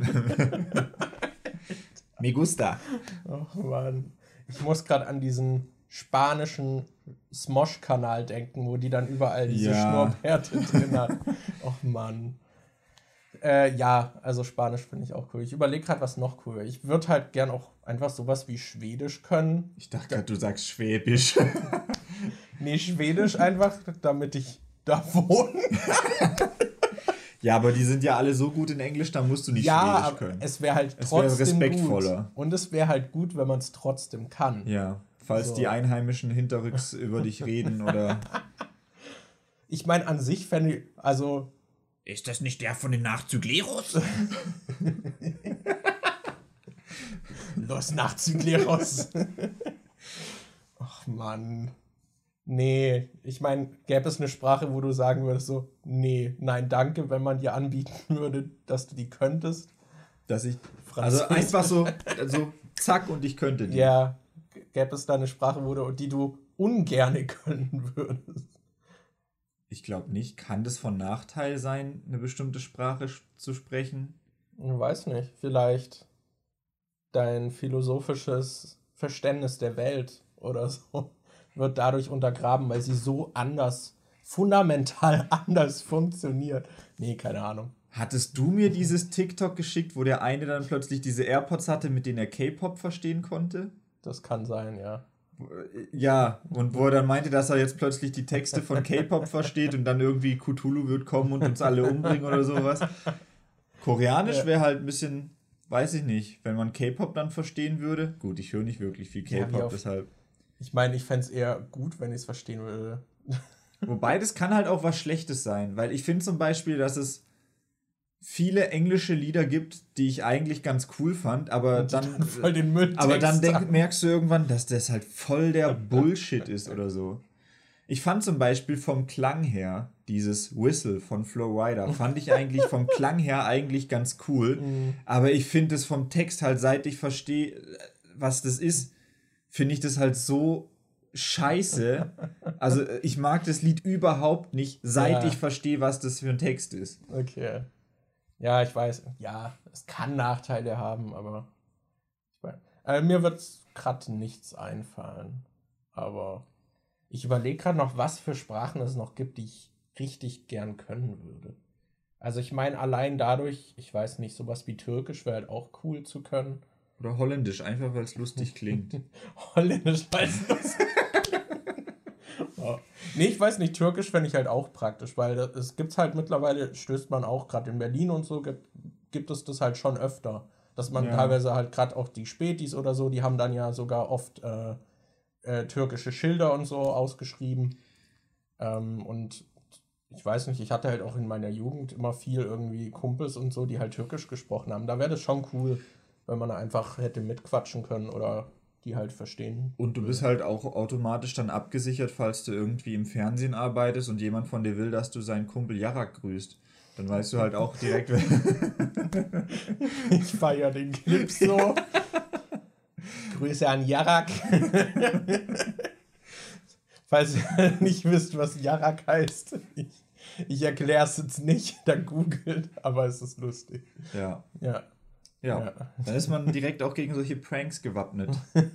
Me gusta. Ach Mann. Ich muss gerade an diesen spanischen Smosh-Kanal denken, wo die dann überall diese Ja. Schnurrbärte drin hat. Och Mann. Äh, ja, also Spanisch finde ich auch cool. Ich überlege gerade, was noch cool wäre. Ich würde halt gern auch einfach sowas wie Schwedisch können. Ich dachte gerade, du sagst Schwäbisch. Nee, Schwedisch einfach, damit ich da wohne. Ja, aber die sind ja alle so gut in Englisch, da musst du nicht Ja, Schwedisch aber können. es wäre halt Es wär trotzdem respektvoller. gut. Und es wäre halt gut, wenn man es trotzdem kann. Ja, falls So. die Einheimischen hinterrücks über dich reden oder... Ich meine, an sich fände ich, also Ist das nicht der von den Nachzügleros? Los Nachzügleros. Ach Mann. Nee, ich meine, gäbe es eine Sprache, wo du sagen würdest so, nee, nein, danke, wenn man dir anbieten würde, dass du die könntest. Dass ich... Also Französisch. einfach so, so zack und ich könnte die. Ja, gäbe es da eine Sprache, wo du, die du ungerne können würdest. Ich glaube nicht. Kann das von Nachteil sein, eine bestimmte Sprache sch- zu sprechen? Ich weiß nicht, vielleicht dein philosophisches Verständnis der Welt oder so wird dadurch untergraben, weil sie so anders, fundamental anders funktioniert. Nee, keine Ahnung. Hattest du mir dieses TikTok geschickt, wo der eine dann plötzlich diese AirPods hatte, mit denen er K-Pop verstehen konnte? Das kann sein, ja. Ja, und wo er dann meinte, dass er jetzt plötzlich die Texte von K-Pop versteht und dann irgendwie Cthulhu wird kommen und uns alle umbringen oder sowas. Koreanisch Ja. wäre halt ein bisschen, weiß ich nicht, wenn man K-Pop dann verstehen würde. Gut, ich höre nicht wirklich viel Ja, wie K-Pop, auf- deshalb. Ich meine, ich fände es eher gut, wenn ich es verstehen würde. Wobei, das kann halt auch was Schlechtes sein, weil ich finde zum Beispiel, dass es viele englische Lieder gibt, die ich eigentlich ganz cool fand, aber Und die dann, dann voll den Mülltext aber dann denk, haben. merkst du irgendwann, dass das halt voll der Bullshit ist oder so. Ich fand zum Beispiel vom Klang her, dieses Whistle von Flo Rida, fand ich eigentlich vom Klang her eigentlich ganz cool, Mhm. aber ich finde es vom Text halt, seit ich verstehe, was das ist, finde ich das halt so scheiße. Also ich mag das Lied überhaupt nicht, seit Ja. ich verstehe, was das für ein Text ist. Okay. Ja, ich weiß. Ja, es kann Nachteile haben, aber Also mir wird gerade nichts einfallen. Aber ich überlege gerade noch, was für Sprachen es noch gibt, die ich richtig gern können würde. Also ich meine, allein dadurch, ich weiß nicht, sowas wie Türkisch wäre halt auch cool zu können. Oder Holländisch, einfach weil es lustig klingt. Holländisch, weil es lustig oh. Nee, ich weiß nicht, Türkisch fände ich halt auch praktisch, weil das, es gibt halt mittlerweile, stößt man auch gerade in Berlin und so, gibt, gibt es das halt schon öfter. Dass man Ja. teilweise halt gerade auch die Spätis oder so, die haben dann ja sogar oft äh, äh, türkische Schilder und so ausgeschrieben. Ähm, und ich weiß nicht, ich hatte halt auch in meiner Jugend immer viel irgendwie Kumpels und so, die halt Türkisch gesprochen haben. Da wäre das schon cool, wenn man einfach hätte mitquatschen können oder die halt verstehen. Und du bist halt auch automatisch dann abgesichert, falls du irgendwie im Fernsehen arbeitest und jemand von dir will, dass du seinen Kumpel Jarak grüßt. Dann weißt du halt auch direkt, Ich feiere den Clip so. Grüße an Jarak. Falls ihr nicht wisst, was Jarak heißt, ich, ich erkläre es jetzt nicht, dann googelt, aber es ist lustig. Ja. Ja. Ja. Ja. Dann ist man direkt auch gegen solche Pranks gewappnet.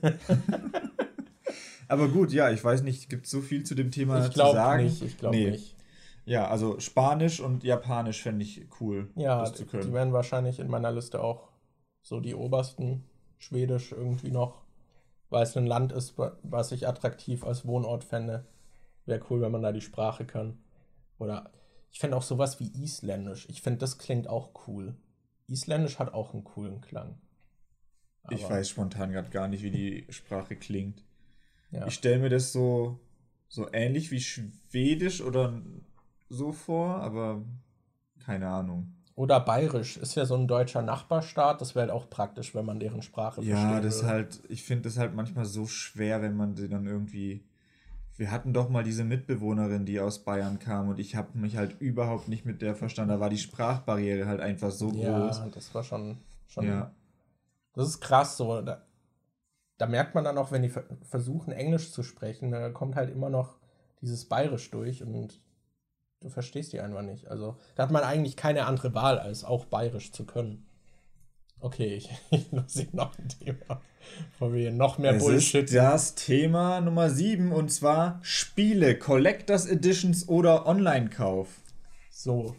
Aber gut, ja, ich weiß nicht, gibt es so viel zu dem Thema Ich zu glaube sagen? nicht, ich glaube Nee. nicht. Ja, also Spanisch und Japanisch fände ich cool, Ja, das zu die können. wären wahrscheinlich in meiner Liste auch so die obersten. Schwedisch irgendwie noch, weil es ein Land ist, was ich attraktiv als Wohnort fände. Wäre cool, wenn man da die Sprache kann. Oder ich fände auch sowas wie Isländisch. Ich finde, das klingt auch cool. Isländisch hat auch einen coolen Klang. Ich Aber, weiß spontan gerade gar nicht, wie die Sprache klingt. ja. Ich stelle mir das so, so ähnlich wie Schwedisch oder so vor, aber keine Ahnung. Oder Bayerisch ist ja so ein deutscher Nachbarstaat. Das wäre halt auch praktisch, wenn man deren Sprache Ja, verstehen das würde. halt, ich finde das halt manchmal so schwer, wenn man sie dann irgendwie. Wir hatten doch mal diese Mitbewohnerin, die aus Bayern kam und ich habe mich halt überhaupt nicht mit der verstanden. Da war die Sprachbarriere halt einfach so Ja, groß. das war schon, schon Ja. Das ist krass so. Da, da merkt man dann auch, wenn die ver- versuchen, Englisch zu sprechen, da kommt halt immer noch dieses Bayerisch durch und du verstehst die einfach nicht. Also da hat man eigentlich keine andere Wahl, als auch Bayerisch zu können. Okay, ich, ich lasse noch ein Thema, bevor wir hier noch mehr Es Bullshit. ist das Thema Nummer sieben und zwar Spiele, Collectors Editions oder Online-Kauf. So,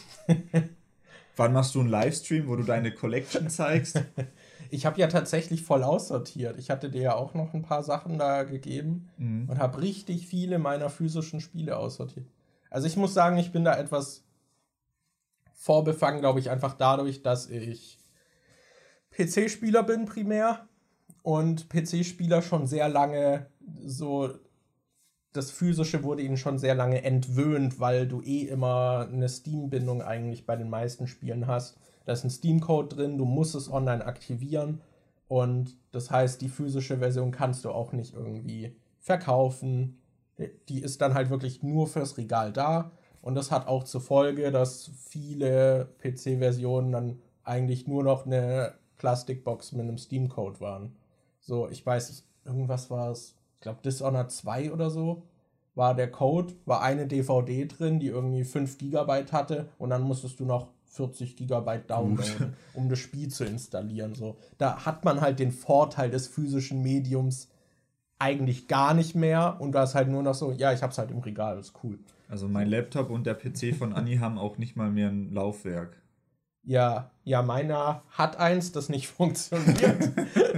Wann machst du einen Livestream, wo du deine Collection zeigst? ich habe ja tatsächlich voll aussortiert. Ich hatte dir ja auch noch ein paar Sachen da gegeben Mhm. und habe richtig viele meiner physischen Spiele aussortiert. Also ich muss sagen, ich bin da etwas vorbefangen, glaube ich, einfach dadurch, dass ich P C-Spieler bin primär und P C-Spieler schon sehr lange so, das Physische wurde ihnen schon sehr lange entwöhnt, weil du eh immer eine Steam-Bindung eigentlich bei den meisten Spielen hast. Da ist ein Steam-Code drin, du musst es online aktivieren und das heißt, die physische Version kannst du auch nicht irgendwie verkaufen. Die ist dann halt wirklich nur fürs Regal da und das hat auch zur Folge, dass viele P C-Versionen dann eigentlich nur noch eine Plastikbox mit einem Steam-Code waren. So, ich weiß, irgendwas war es, ich glaube Dishonored zwei oder so, war der Code, war eine D V D drin, die irgendwie fünf Gigabyte hatte und dann musstest du noch vierzig Gigabyte downloaden, um das Spiel zu installieren. So, da hat man halt den Vorteil des physischen Mediums eigentlich gar nicht mehr und da ist halt nur noch so, ja, ich hab's halt im Regal, das ist cool. Also mein Laptop und der P C von Anni haben auch nicht mal mehr ein Laufwerk. Ja, ja, meiner hat eins, das nicht funktioniert.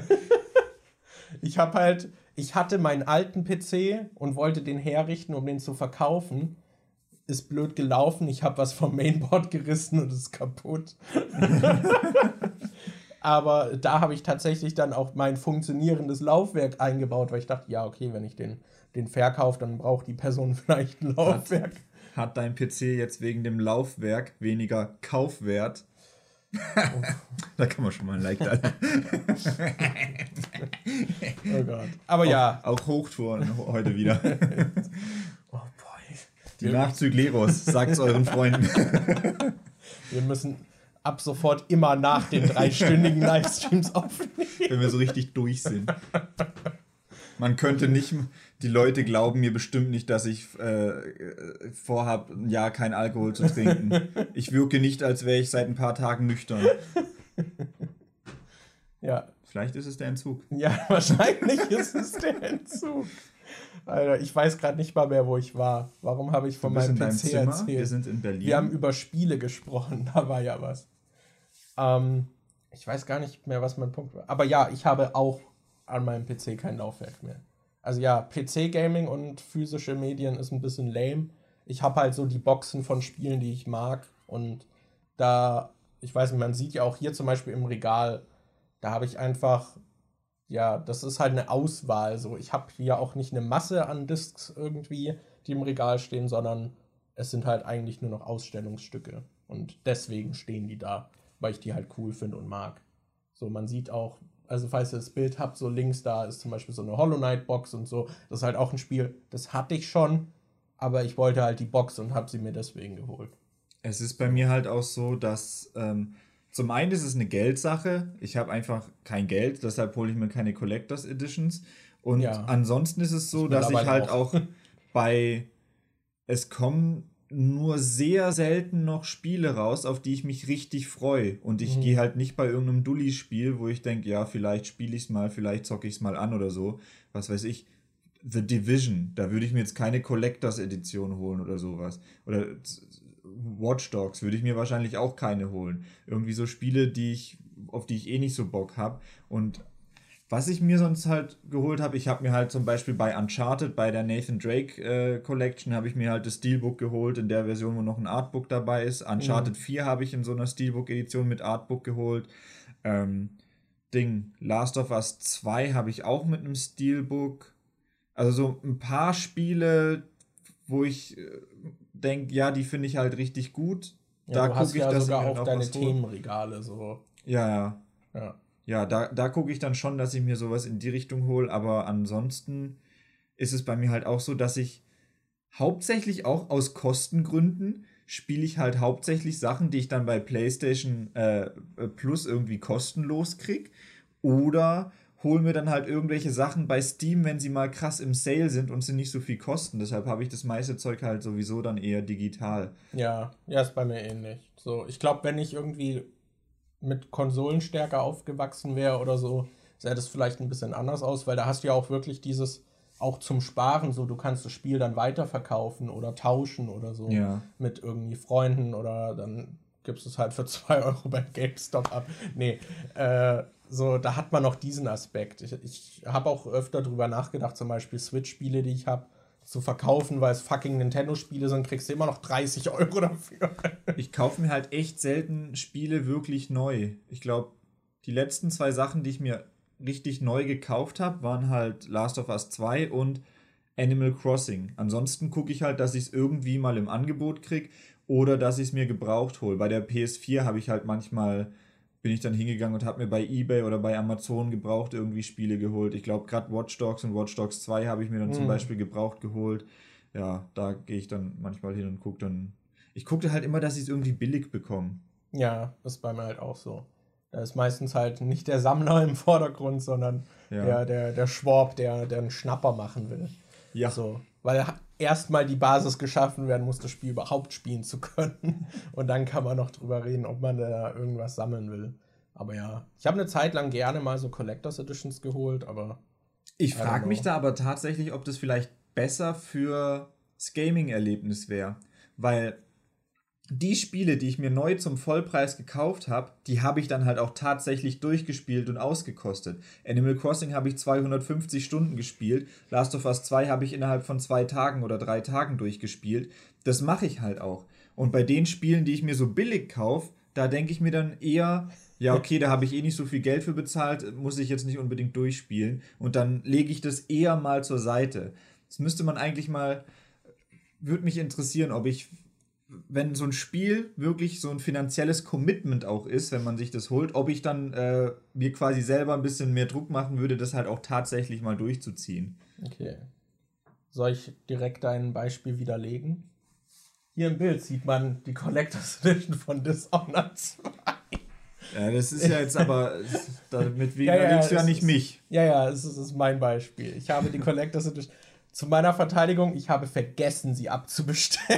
Ich habe halt, ich hatte meinen alten P C und wollte den herrichten, um den zu verkaufen. Ist blöd gelaufen, ich habe was vom Mainboard gerissen und es ist kaputt. Aber da habe ich tatsächlich dann auch mein funktionierendes Laufwerk eingebaut, weil ich dachte, ja, okay, wenn ich den, den verkaufe, dann braucht die Person vielleicht ein Laufwerk. Hat dein P C jetzt wegen dem Laufwerk weniger Kaufwert? Da kann man schon mal ein Like da. Oh Gott. Aber ja. Auch Hochtouren heute wieder. Oh boy. Die Nachzüge Leros, sagt's euren Freunden. Wir müssen ab sofort immer nach den dreistündigen Livestreams aufnehmen. Wenn wir so richtig durch sind. Man könnte nicht, die Leute glauben mir bestimmt nicht, dass ich äh, vorhabe, ein Jahr kein Alkohol zu trinken. Ich wirke nicht, als wäre ich seit ein paar Tagen nüchtern. Ja. Vielleicht ist es der Entzug. Ja, wahrscheinlich ist es der Entzug. Alter, ich weiß gerade nicht mal mehr, wo ich war. Warum habe ich von Du bist meinem in deinem P C Zimmer, erzählt? wir sind in Berlin. Wir haben über Spiele gesprochen, da war ja was. Ähm, ich weiß gar nicht mehr, was mein Punkt war. Aber ja, ich habe auch an meinem P C kein Laufwerk mehr. Also ja, P C-Gaming und physische Medien ist ein bisschen lame. Ich habe halt so die Boxen von Spielen, die ich mag. Und da, ich weiß nicht, man sieht ja auch hier zum Beispiel im Regal, da habe ich einfach, ja, das ist halt eine Auswahl. So, ich habe hier auch nicht eine Masse an Discs irgendwie, die im Regal stehen, sondern es sind halt eigentlich nur noch Ausstellungsstücke. Und deswegen stehen die da, weil ich die halt cool finde und mag. So, man sieht auch, also falls ihr das Bild habt, so links da ist zum Beispiel so eine Hollow Knight Box und so. Das ist halt auch ein Spiel, das hatte ich schon, aber ich wollte halt die Box und habe sie mir deswegen geholt. Es ist bei mir halt auch so, dass ähm, zum einen ist es eine Geldsache. Ich habe einfach kein Geld, deshalb hole ich mir keine Collectors Editions. Und Ja. ansonsten ist es so, Ich dass ich mittlerweile halt auch, auch bei es kommen nur sehr selten noch Spiele raus, auf die ich mich richtig freue. Und ich Mhm. gehe halt nicht bei irgendeinem Dulli-Spiel, wo ich denke, ja, vielleicht spiele ich es mal, vielleicht zocke ich es mal an oder so. Was weiß ich. The Division, da würde ich mir jetzt keine Collectors Edition holen oder sowas. Oder Watch Dogs würde ich mir wahrscheinlich auch keine holen. Irgendwie so Spiele, die ich, auf die ich eh nicht so Bock habe. Und was ich mir sonst halt geholt habe, ich habe mir halt zum Beispiel bei Uncharted, bei der Nathan Drake äh, Collection, habe ich mir halt das Steelbook geholt, in der Version, wo noch ein Artbook dabei ist. Uncharted Mhm. vier habe ich in so einer Steelbook-Edition mit Artbook geholt. Ähm, Ding, Last of Us zwei habe ich auch mit einem Steelbook. Also so ein paar Spiele, wo ich äh, denke, ja, die finde ich halt richtig gut. Ja, Da du hast gucke ich, ja dass ich sogar mir halt auch auch deine was hole. Themenregale so. Ja, ja. Ja. Ja, da, da gucke ich dann schon, dass ich mir sowas in die Richtung hole, aber ansonsten ist es bei mir halt auch so, dass ich hauptsächlich auch aus Kostengründen spiele ich halt hauptsächlich Sachen, die ich dann bei PlayStation äh, Plus irgendwie kostenlos krieg, oder hole mir dann halt irgendwelche Sachen bei Steam, wenn sie mal krass im Sale sind und sie nicht so viel kosten. Deshalb habe ich das meiste Zeug halt sowieso dann eher digital. Ja, ja, ist bei mir ähnlich. So, ich glaube, wenn ich irgendwie mit Konsolen stärker aufgewachsen wäre oder so, sähe das vielleicht ein bisschen anders aus, weil da hast du ja auch wirklich dieses, auch zum Sparen, so, du kannst das Spiel dann weiterverkaufen oder tauschen oder so Ja. mit irgendwie Freunden oder dann gibst du es halt für zwei Euro beim GameStop ab. Nee, äh, so, da hat man noch diesen Aspekt. Ich, ich habe auch öfter drüber nachgedacht, zum Beispiel Switch-Spiele, die ich habe, zu verkaufen, weil es fucking Nintendo-Spiele sind, kriegst du immer noch dreißig Euro dafür. Ich kaufe mir halt echt selten Spiele wirklich neu. Ich glaube, die letzten zwei Sachen, die ich mir richtig neu gekauft habe, waren halt Last of Us zwei und Animal Crossing. Ansonsten gucke ich halt, dass ich es irgendwie mal im Angebot kriege oder dass ich es mir gebraucht hole. Bei der P S vier habe ich halt manchmal, bin ich dann hingegangen und habe mir bei eBay oder bei Amazon gebraucht irgendwie Spiele geholt. Ich glaube, gerade Watch Dogs und Watch Dogs zwei habe ich mir dann Hm. zum Beispiel gebraucht geholt. Ja, da gehe ich dann manchmal hin und gucke dann. Ich gucke halt immer, dass ich es irgendwie billig bekomme. Ja, das ist bei mir halt auch so. Da ist meistens halt nicht der Sammler im Vordergrund, sondern Ja. der, der, der Schwab, der, der einen Schnapper machen will. Ja. So, weil erstmal die Basis geschaffen werden muss, das Spiel überhaupt spielen zu können. Und dann kann man noch drüber reden, ob man da irgendwas sammeln will. Aber ja, ich habe eine Zeit lang gerne mal so Collectors Editions geholt, aber Ich I don't frage mich know. da aber tatsächlich, ob das vielleicht besser für das Gaming-Erlebnis wäre. Weil die Spiele, die ich mir neu zum Vollpreis gekauft habe, die habe ich dann halt auch tatsächlich durchgespielt und ausgekostet. Animal Crossing habe ich zweihundertfünfzig Stunden gespielt. Last of Us zwei habe ich innerhalb von zwei Tagen oder drei Tagen durchgespielt. Das mache ich halt auch. Und bei den Spielen, die ich mir so billig kaufe, da denke ich mir dann eher, ja okay, da habe ich eh nicht so viel Geld für bezahlt, muss ich jetzt nicht unbedingt durchspielen. Und dann lege ich das eher mal zur Seite. Das müsste man eigentlich mal, würde mich interessieren, ob ich, wenn so ein Spiel wirklich so ein finanzielles Commitment auch ist, wenn man sich das holt, ob ich dann äh, mir quasi selber ein bisschen mehr Druck machen würde, das halt auch tatsächlich mal durchzuziehen. okay. Soll ich direkt ein Beispiel widerlegen? Hier im Bild sieht man die Collectors Edition von Dishonored zwei. Ja, das ist ja jetzt aber, damit Ja, ja, widerlegst du ja es nicht ist- mich. Ja, ja, es ist, es ist mein Beispiel. Ich habe die Collectors Edition. Zu meiner Verteidigung, ich habe vergessen, sie abzubestellen.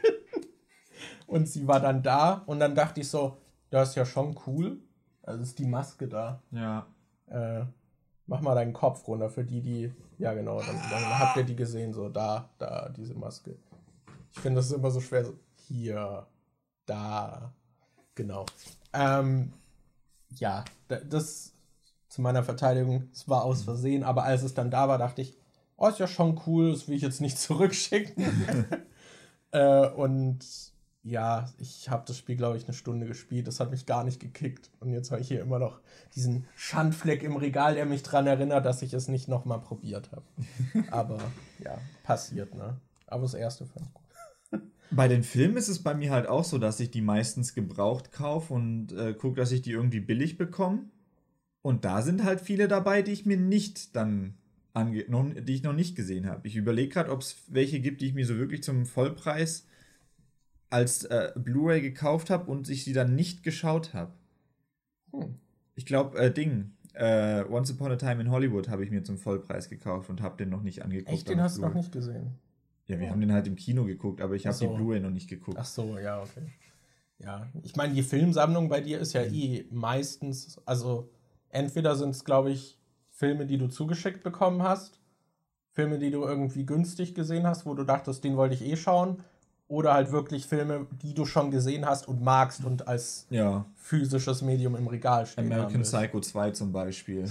Und sie war dann da und dann dachte ich so, das ist ja schon cool. Also ist die Maske da. Ja. Äh, mach mal deinen Kopf runter für die, die. Ja, genau, dann, dann habt ihr die gesehen, so da, da, diese Maske. Ich finde, das ist immer so schwer. So, hier, da, genau. Ähm, ja, das zu meiner Verteidigung, es war aus Versehen, aber als es dann da war, dachte ich, oh, ist ja schon cool, das will ich jetzt nicht zurückschicken. äh, und ja, ich habe das Spiel, glaube ich, eine Stunde gespielt. Das hat mich gar nicht gekickt. Und jetzt habe ich hier immer noch diesen Schandfleck im Regal, der mich daran erinnert, dass ich es nicht nochmal probiert habe. Aber ja, passiert, ne? Aber das erste fand ich gut. Bei den Filmen ist es bei mir halt auch so, dass ich die meistens gebraucht kaufe und äh, gucke, dass ich die irgendwie billig bekomme. Und da sind halt viele dabei, die ich mir nicht dann ange- noch, die ich noch nicht gesehen habe. Ich überlege gerade, ob es welche gibt, die ich mir so wirklich zum Vollpreis als äh, Blu-ray gekauft habe und ich sie dann nicht geschaut habe. Hm. Ich glaube, äh, Ding, äh, Once Upon a Time in Hollywood habe ich mir zum Vollpreis gekauft und habe den noch nicht angeguckt. Echt, den hast du noch nicht gesehen? Ja, wir Oh. haben den halt im Kino geguckt, aber ich habe so. die Blu-ray noch nicht geguckt. Ach so, ja, okay. Ja, ich meine, die Filmsammlung bei dir ist ja eh meistens, also entweder sind es, glaube ich, Filme, die du zugeschickt bekommen hast, Filme, die du irgendwie günstig gesehen hast, wo du dachtest, den wollte ich eh schauen, oder halt wirklich Filme, die du schon gesehen hast und magst und als Ja, physisches Medium im Regal stehen haben American willst. Psycho zwei zum Beispiel.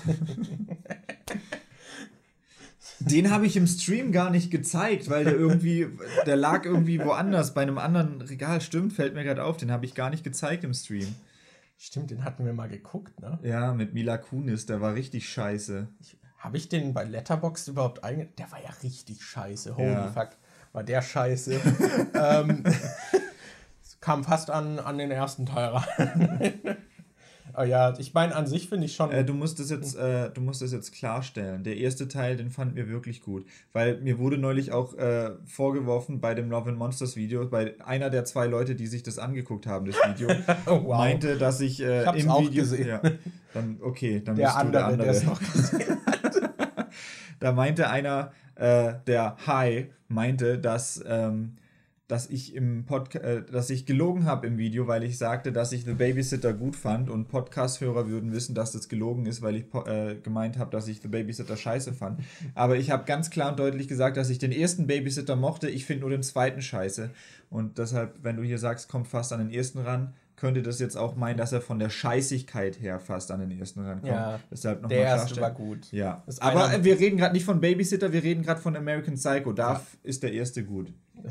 Den habe ich im Stream gar nicht gezeigt, weil der irgendwie, der lag irgendwie woanders, bei einem anderen Regal. Stimmt, fällt mir gerade auf, den habe ich gar nicht gezeigt im Stream. Stimmt, den hatten wir mal geguckt, ne? Ja, mit Mila Kunis, der war richtig scheiße. Habe ich den bei Letterboxd überhaupt einge... Der war ja richtig scheiße. Holy Ja. fuck, war der scheiße. ähm, kam fast an, an den ersten Teil ran. Aber ja, ich meine, an sich finde ich schon... Äh, du musst das jetzt, äh, du musst das jetzt klarstellen. Der erste Teil, den fanden wir wirklich gut. Weil mir wurde neulich auch äh, vorgeworfen bei dem Love and Monsters Video, bei einer der zwei Leute, die sich das angeguckt haben, das Video, Oh, wow. meinte, dass ich äh, Ich hab's im auch Video... gesehen. Ja, dann, okay, dann der bist andere, du der andere. der es noch gesehen Da meinte einer, äh, der Hi, meinte, dass, ähm, dass ich im Podca- äh, dass ich gelogen habe im Video, weil ich sagte, dass ich The Babysitter gut fand und Podcast-Hörer würden wissen, dass das gelogen ist, weil ich po- äh, gemeint habe, dass ich The Babysitter scheiße fand. Aber ich habe ganz klar und deutlich gesagt, dass ich den ersten Babysitter mochte, ich finde nur den zweiten scheiße. Und deshalb, wenn du hier sagst, kommt fast an den ersten ran, könnte das jetzt auch meinen, dass er von der Scheißigkeit her fast an den ersten rankommt. Ja, Deshalb noch Der mal erste klarstellen. war gut. Ja, Ist aber einer- wir reden gerade nicht von Babysitter, wir reden gerade von American Psycho. Da Ja. ist der erste gut.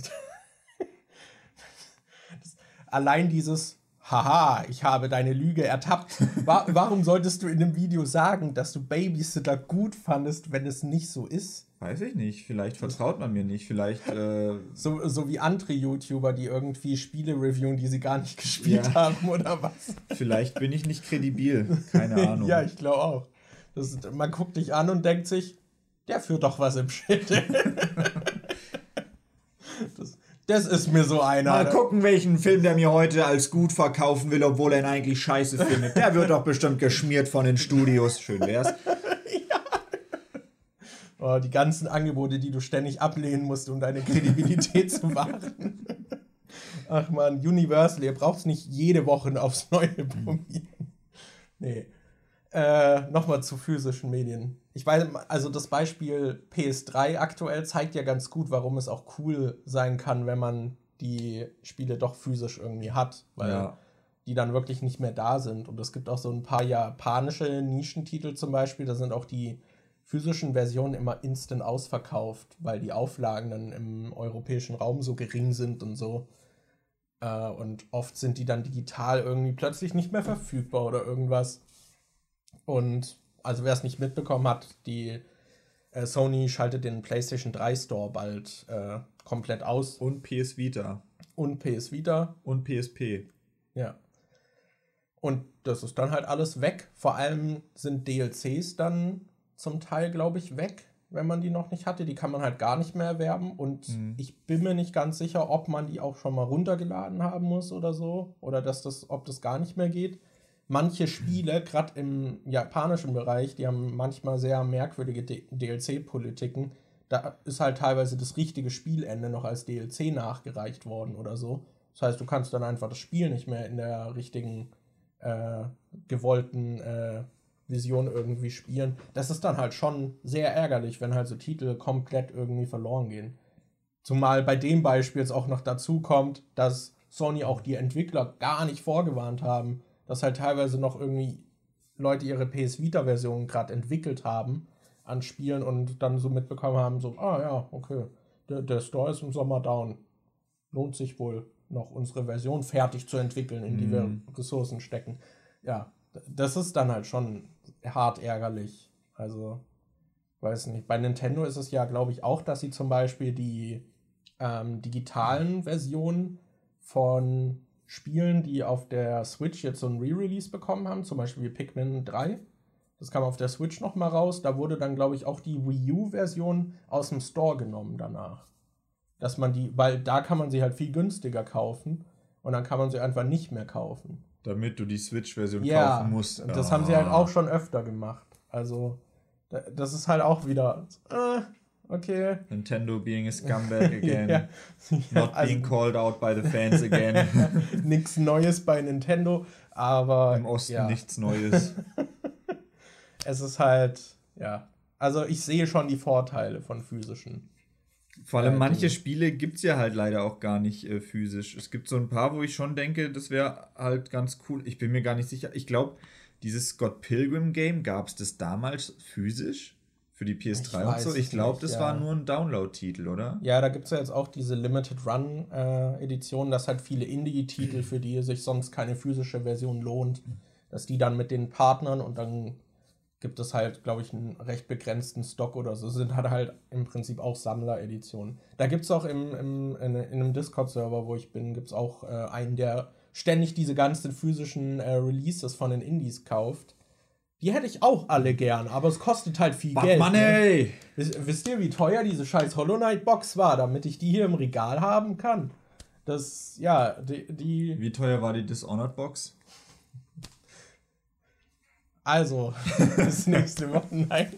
Allein dieses Haha, ich habe deine Lüge ertappt. Wa- warum solltest du in dem Video sagen, dass du Babysitter gut fandest, wenn es nicht so ist? Weiß ich nicht, vielleicht vertraut man mir nicht, vielleicht, äh, So, so wie andere YouTuber, die irgendwie Spiele reviewen, die sie gar nicht gespielt Ja. haben oder was. vielleicht bin ich nicht kredibil. Keine Ahnung. Ja, ich glaube auch. Das ist, man guckt dich an und denkt sich, der führt doch was im Shit. das, das ist mir so einer. Mal gucken, welchen Film der mir heute als gut verkaufen will, obwohl er ihn eigentlich scheiße findet. Der wird doch bestimmt geschmiert von den Studios. Schön wär's. Oh, die ganzen Angebote, die du ständig ablehnen musst, um deine Kredibilität zu wahren. Ach man, Universal, ihr braucht es nicht jede Woche aufs Neue probieren. Nee. Äh, Nochmal zu physischen Medien. Ich weiß, also das Beispiel P S drei aktuell zeigt ja ganz gut, warum es auch cool sein kann, wenn man die Spiele doch physisch irgendwie hat, weil Ja. die dann wirklich nicht mehr da sind. Und es gibt auch so ein paar japanische Nischentitel zum Beispiel, da sind auch die physischen Versionen immer instant ausverkauft, weil die Auflagen dann im europäischen Raum so gering sind und so. Äh, und oft sind die dann digital irgendwie plötzlich nicht mehr verfügbar oder irgendwas. Und also wer es nicht mitbekommen hat, die äh, Sony schaltet den PlayStation drei Store bald äh, komplett aus. Und P S Vita. Und P S Vita. Und P S P. Ja. Und das ist dann halt alles weg. Vor allem sind D L Cs dann zum Teil, glaube ich, weg, wenn man die noch nicht hatte. Die kann man halt gar nicht mehr erwerben. Und Mhm. ich bin mir nicht ganz sicher, ob man die auch schon mal runtergeladen haben muss oder so. Oder dass das, ob das gar nicht mehr geht. Manche Spiele, gerade im japanischen Bereich, die haben manchmal sehr merkwürdige D L C-Politiken. Da ist halt teilweise das richtige Spielende noch als D L C nachgereicht worden oder so. Das heißt, du kannst dann einfach das Spiel nicht mehr in der richtigen, äh, gewollten äh, Vision irgendwie spielen. Das ist dann halt schon sehr ärgerlich, wenn halt so Titel komplett irgendwie verloren gehen. Zumal bei dem Beispiel jetzt auch noch dazu kommt, dass Sony auch die Entwickler gar nicht vorgewarnt haben, dass halt teilweise noch irgendwie Leute ihre P S Vita-Version gerade entwickelt haben an Spielen und dann so mitbekommen haben, so, ah ja, okay, der, der Store ist im Sommer down. Lohnt sich wohl noch unsere Version fertig zu entwickeln, in die wir Ressourcen stecken. Ja, das ist dann halt schon hart ärgerlich. Also, weiß nicht. Bei Nintendo ist es ja, glaube ich, auch, dass sie zum Beispiel die ähm, digitalen Versionen von Spielen, die auf der Switch jetzt so ein Re-Release bekommen haben, zum Beispiel wie Pikmin drei, das kam auf der Switch nochmal raus, da wurde dann, glaube ich, auch die Wii U-Version aus dem Store genommen danach. Dass man die, weil da kann man sie halt viel günstiger kaufen und dann kann man sie einfach nicht mehr kaufen. Damit du die Switch-Version Ja, kaufen musst. und das haben sie halt auch schon öfter gemacht. Also, da- das ist halt auch wieder, äh, okay. Nintendo being a scumbag again. Ja. Not Also- being called out by the fans again. Nichts Neues bei Nintendo, aber Im Osten ja, nichts Neues. es ist halt, ja. Also ich sehe schon die Vorteile von physischen. Vor allem Ja, manche die- Spiele gibt es ja halt leider auch gar nicht äh, physisch. Es gibt so ein paar, wo ich schon denke, das wäre halt ganz cool. Ich bin mir gar nicht sicher. Ich glaube, dieses Scott Pilgrim Game, gab es das damals physisch für die P S drei Ich und weiß so? es Ich glaube, nicht, das ja. war nur ein Download-Titel, oder? Ja, da gibt es ja jetzt auch diese Limited Run äh, Edition, dass halt viele Indie-Titel, für die sich sonst keine physische Version lohnt, dass die dann mit den Partnern und dann gibt es halt, glaube ich, einen recht begrenzten Stock oder so. Sind halt halt im Prinzip auch Sammler-Editionen. Da gibt es auch im, im, in, in einem Discord-Server, wo ich bin, gibt es auch äh, einen, der ständig diese ganzen physischen äh, Releases von den Indies kauft. Die hätte ich auch alle gern, aber es kostet halt viel Geld. Ne? Money! Wisst, wisst ihr, wie teuer diese scheiß Hollow Knight Box war, damit ich die hier im Regal haben kann? Das, ja, die, die Wie teuer war die Dishonored Box? also, das nächste Woche, nein.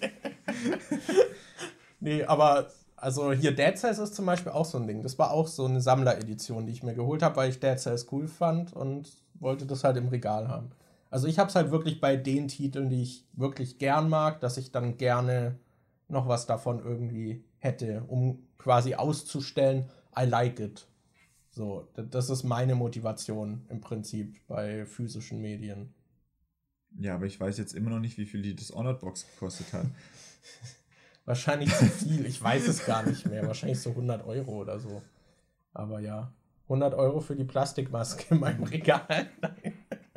Nee, aber, also hier Dead Cells ist zum Beispiel auch so ein Ding. Das war auch so eine Sammleredition, die ich mir geholt habe, weil ich Dead Cells cool fand und wollte das halt im Regal haben. Also ich habe es halt wirklich bei den Titeln, die ich wirklich gern mag, dass ich dann gerne noch was davon irgendwie hätte, um quasi auszustellen, I like it. So, d- das ist meine Motivation im Prinzip bei physischen Medien. Ja, aber ich weiß jetzt immer noch nicht, wie viel die Dishonored Box gekostet hat. Wahrscheinlich zu viel, ich weiß es gar nicht mehr. Wahrscheinlich so hundert Euro oder so. Aber ja, hundert Euro für die Plastikmaske in meinem Regal. Nein.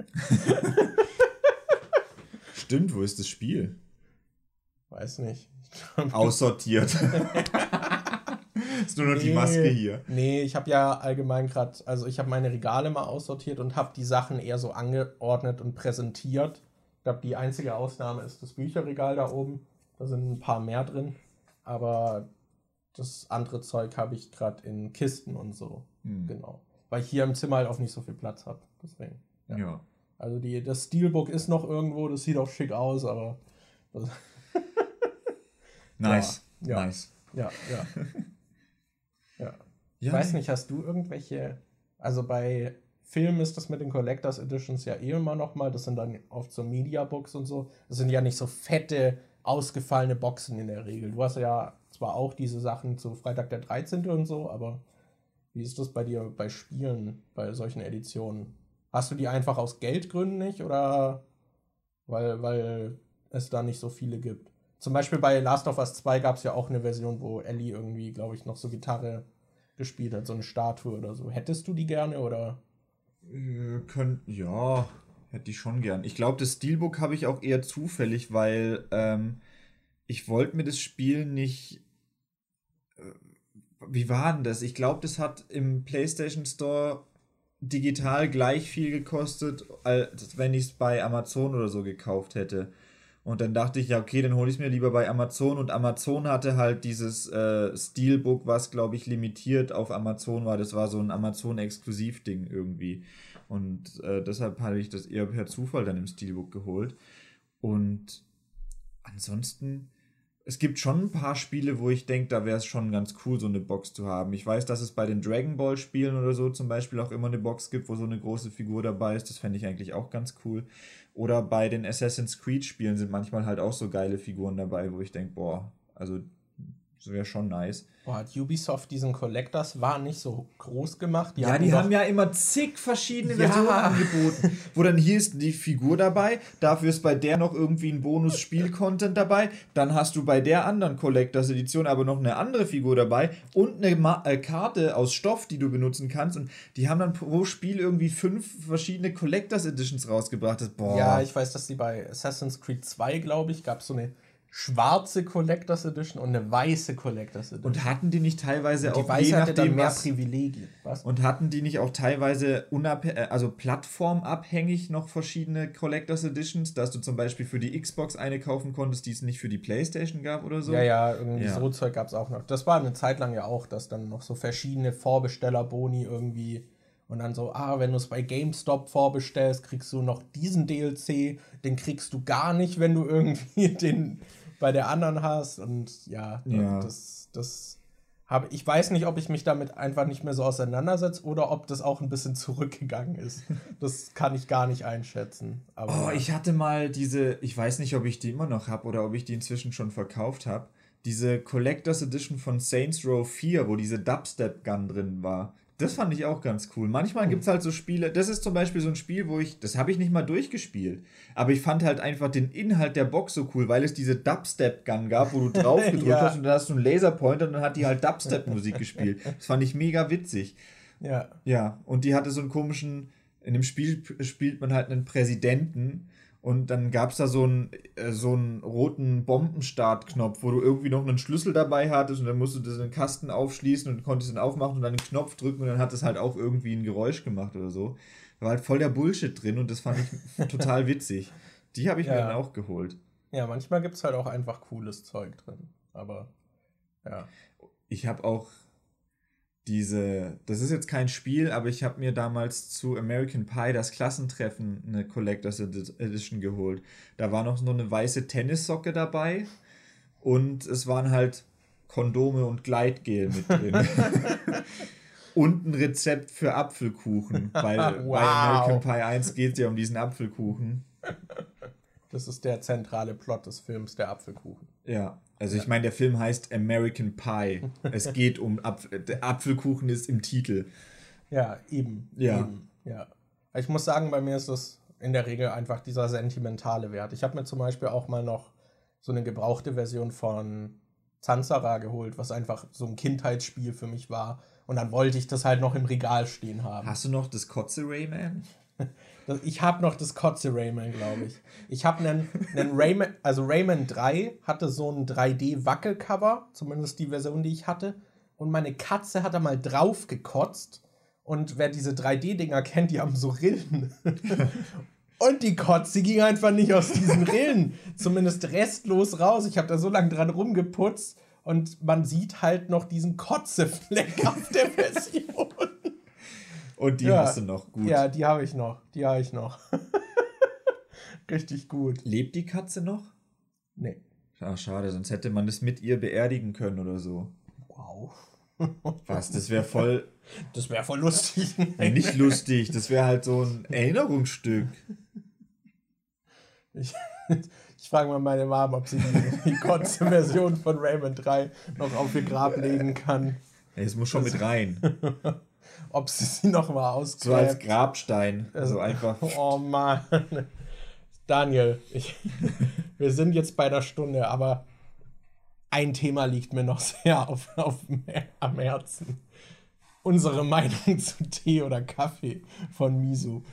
Stimmt, wo ist das Spiel? Weiß nicht. Ich glaub, Aussortiert. Ist nur noch die Nee. Maske hier. Nee, ich habe ja allgemein gerade, also ich habe meine Regale mal aussortiert und habe die Sachen eher so angeordnet und präsentiert. Ich glaube, die einzige Ausnahme ist das Bücherregal da oben. Da sind ein paar mehr drin. Aber das andere Zeug habe ich gerade in Kisten und so. Hm. Genau. Weil ich hier im Zimmer halt auch nicht so viel Platz habe. Deswegen. Ja. Ja. Also die, das Steelbook ist noch irgendwo, das sieht auch schick aus, aber. Das, Nice. Ja. Nice. ja, ja. ja. Ich Ja, weiß nee. nicht, hast du irgendwelche, also bei Filmen ist das mit den Collectors Editions ja eh immer noch mal, das sind dann oft so Mediabooks und so, das sind ja nicht so fette, ausgefallene Boxen in der Regel. Du hast ja zwar auch diese Sachen zu Freitag der dreizehnte und so, aber wie ist das bei dir bei Spielen, bei solchen Editionen? Hast du die einfach aus Geldgründen nicht oder weil, weil es da nicht so viele gibt? Zum Beispiel bei Last of Us zwei gab es ja auch eine Version, wo Ellie irgendwie, glaube ich, noch so Gitarre gespielt hat, so eine Statue oder so. Hättest du die gerne oder? Äh, könnt, ja, hätte ich schon gern. Ich glaube, das Steelbook habe ich auch eher zufällig, weil ähm, ich wollte mir das Spiel nicht. Äh, wie war denn das? Ich glaube, das hat im PlayStation Store digital gleich viel gekostet, als wenn ich es bei Amazon oder so gekauft hätte. Und dann dachte ich, ja, okay, dann hole ich es mir lieber bei Amazon. Und Amazon hatte halt dieses äh, Steelbook, was, glaube ich, limitiert auf Amazon war. Das war so ein Amazon-Exklusiv-Ding irgendwie. Und äh, deshalb habe ich das eher per Zufall dann im Steelbook geholt. Und ansonsten, es gibt schon ein paar Spiele, wo ich denke, da wäre es schon ganz cool, so eine Box zu haben. Ich weiß, dass es bei den Dragon Ball Spielen oder so zum Beispiel auch immer eine Box gibt, wo so eine große Figur dabei ist. Das fände ich eigentlich auch ganz cool. Oder bei den Assassin's Creed Spielen sind manchmal halt auch so geile Figuren dabei, wo ich denke, boah, also das wäre schon nice. Boah, hat Ubisoft diesen Collectors war nicht so groß gemacht? Die ja, die haben ja immer zig verschiedene ja. Versionen angeboten, wo dann hier ist die Figur dabei, dafür ist bei der noch irgendwie ein Bonus-Spiel-Content dabei, dann hast du bei der anderen Collectors Edition aber noch eine andere Figur dabei und eine Ma- äh, Karte aus Stoff, die du benutzen kannst, und die haben dann pro Spiel irgendwie fünf verschiedene Collectors Editions rausgebracht. Das, boah. Ja, ich weiß, dass die bei Assassin's Creed zwei, glaube ich, gab es so eine schwarze Collectors Edition und eine weiße Collectors Edition. Und hatten die nicht teilweise und die auch weiße je hatte nachdem, dann mehr was, Privilegien. Was? Und hatten die nicht auch teilweise unabhängig, also plattformabhängig noch verschiedene Collectors Editions, dass du zum Beispiel für die Xbox eine kaufen konntest, die es nicht für die PlayStation gab oder so? Ja, ja, irgendwie Ja. so Zeug gab es auch noch. Das war eine Zeit lang ja auch, dass dann noch so verschiedene Vorbestellerboni irgendwie und dann so, ah, wenn du es bei GameStop vorbestellst, kriegst du noch diesen D L C, den kriegst du gar nicht, wenn du irgendwie den bei der anderen hast. Und ja, Ja. das, das habe ich weiß nicht, ob ich mich damit einfach nicht mehr so auseinandersetze oder ob das auch ein bisschen zurückgegangen ist. Das kann ich gar nicht einschätzen. Aber Oh, ich hatte mal diese, ich weiß nicht, ob ich die immer noch habe oder ob ich die inzwischen schon verkauft habe, diese Collectors Edition von Saints Row vier, wo diese Dubstep-Gun drin war. Das fand ich auch ganz cool. Manchmal gibt es halt so Spiele, das ist zum Beispiel so ein Spiel, wo ich, das habe ich nicht mal durchgespielt, aber ich fand halt einfach den Inhalt der Box so cool, weil es diese Dubstep-Gun gab, wo du drauf gedrückt Ja. hast und dann hast du einen Laserpointer und dann hat die halt Dubstep-Musik gespielt. Das fand ich mega witzig. ja. Ja, und die hatte so einen komischen, in dem Spiel p- spielt man halt einen Präsidenten und dann gab es da so einen, äh, so einen roten Bombenstartknopf, wo du irgendwie noch einen Schlüssel dabei hattest und dann musst du das in den Kasten aufschließen und konntest ihn aufmachen und dann den Knopf drücken und dann hat es halt auch irgendwie ein Geräusch gemacht oder so. Da war halt voll der Bullshit drin und das fand ich total witzig. Die habe ich mir Ja. dann auch geholt. Ja, manchmal gibt es halt auch einfach cooles Zeug drin. Aber ja. Ich habe auch diese, das ist jetzt kein Spiel, aber ich habe mir damals zu American Pie das Klassentreffen eine Collectors Edi- Edition geholt. Da war noch so eine weiße Tennissocke dabei und es waren halt Kondome und Gleitgel mit drin. Und ein Rezept für Apfelkuchen, weil Wow. bei American Pie eins geht es ja um diesen Apfelkuchen. Das ist der zentrale Plot des Films, der Apfelkuchen. Ja, also ich meine, der Film heißt American Pie. Es geht um Apfel, der Apfelkuchen ist im Titel. Ja, eben. Ja. Eben, ja. Ich muss sagen, bei mir ist das in der Regel einfach dieser sentimentale Wert. Ich habe mir zum Beispiel auch mal noch so eine gebrauchte Version von Zanzara geholt, was einfach so ein Kindheitsspiel für mich war. Und dann wollte ich das halt noch im Regal stehen haben. Hast du noch das Kotze Rayman? Das, ich habe noch das Kotze Rayman, glaube ich. Ich habe einen, einen Rayman, also Rayman drei hatte so ein drei D-Wackelcover, zumindest die Version, die ich hatte. Und meine Katze hat da mal drauf gekotzt. Und wer diese drei D-Dinger kennt, die haben so Rillen. Und die Kotze ging einfach nicht aus diesen Rillen. Zumindest restlos raus. Ich habe da so lange dran rumgeputzt. Und man sieht halt noch diesen Kotzefleck auf der Version. Und die Ja. hast du noch, gut. Ja, die habe ich noch. Die habe ich noch. Richtig gut. Lebt die Katze noch? Nee. Ah, schade, sonst hätte man das mit ihr beerdigen können oder so. Wow. Was, das wäre voll, Das wäre voll lustig. nee, nicht lustig, das wäre halt so ein Erinnerungsstück. Ich, ich frage mal meine Mom, ob sie die, die Kotze-Version von Rayman drei noch auf ihr Grab legen kann. Ey, es muss schon mit rein. Ob sie sie noch mal ausgräbt. So als Grabstein. Also einfach. Oh Mann. Daniel, ich, wir sind jetzt bei einer Stunde, aber ein Thema liegt mir noch sehr auf, auf, am Herzen. Unsere Meinung zu Tee oder Kaffee von Misu.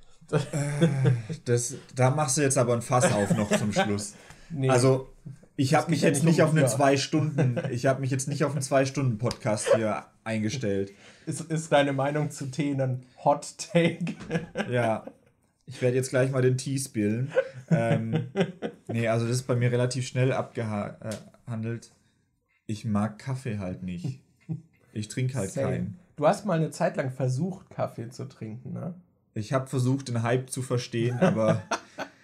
Das, da machst du jetzt aber ein Fass auf noch zum Schluss. Nee, Also, ich habe geht mich ja jetzt nicht nicht um auf eine Bier. zwei Stunden, ich habe mich jetzt nicht auf einen zwei Stunden Podcast hier eingestellt. ist, ist deine Meinung zu Tee ein Hot Take? Ja, ich werde jetzt gleich mal den Tee spillen. Ähm, nee, also das ist bei mir relativ schnell abgehandelt. Ich mag Kaffee halt nicht. Ich trinke halt Same. keinen. Du hast mal eine Zeit lang versucht, Kaffee zu trinken, ne? Ich habe versucht, den Hype zu verstehen, aber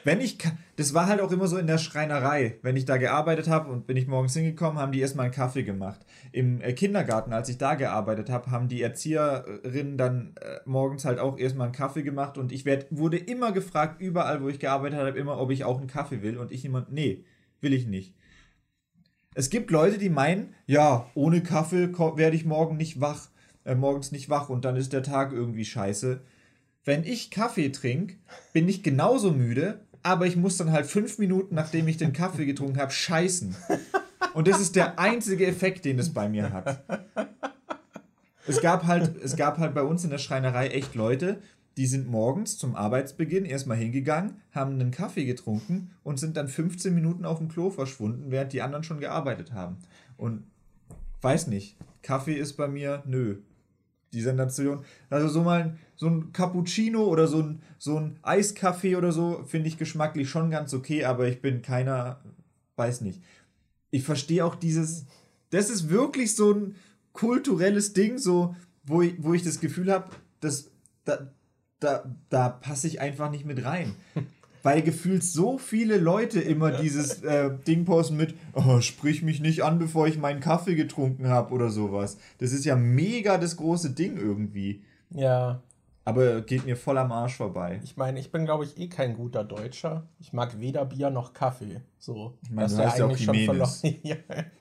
Wenn ich, das war halt auch immer so in der Schreinerei. Wenn ich da gearbeitet habe und bin ich morgens hingekommen, haben die erstmal einen Kaffee gemacht. Im äh, Kindergarten, als ich da gearbeitet habe, haben die Erzieherinnen dann äh, morgens halt auch erstmal einen Kaffee gemacht und ich werd, wurde immer gefragt, überall wo ich gearbeitet habe, immer, ob ich auch einen Kaffee will und ich immer, nee, will ich nicht. Es gibt Leute, die meinen, ja, ohne Kaffee werde ich morgen nicht wach, äh, morgens nicht wach und dann ist der Tag irgendwie scheiße. Wenn ich Kaffee trinke, bin ich genauso müde, aber ich muss dann halt fünf Minuten, nachdem ich den Kaffee getrunken habe, scheißen. Und das ist der einzige Effekt, den es bei mir hat. Es gab halt, es gab halt bei uns in der Schreinerei echt Leute, die sind morgens zum Arbeitsbeginn erstmal hingegangen, haben einen Kaffee getrunken und sind dann fünfzehn Minuten auf dem Klo verschwunden, während die anderen schon gearbeitet haben. Und weiß nicht, Kaffee ist bei mir, nö. Die Sensation. Also so mal ein, so ein Cappuccino oder so ein, so ein Eiskaffee oder so finde ich geschmacklich schon ganz okay, aber ich bin keiner, weiß nicht. Ich verstehe auch dieses, das ist wirklich so ein kulturelles Ding, so, wo ich, wo ich das Gefühl habe, dass da, da, da passe ich einfach nicht mit rein. Weil gefühlt so viele Leute immer dieses äh, Ding posten mit, oh, sprich mich nicht an, bevor ich meinen Kaffee getrunken habe oder sowas. Das ist ja mega das große Ding irgendwie. Ja. Aber geht mir voll am Arsch vorbei. Ich meine, ich bin, glaube ich, eh kein guter Deutscher. Ich mag weder Bier noch Kaffee. So. Ich meine, das du ist heißt ja auch eigentlich schon Jimenez. verloren. Ja.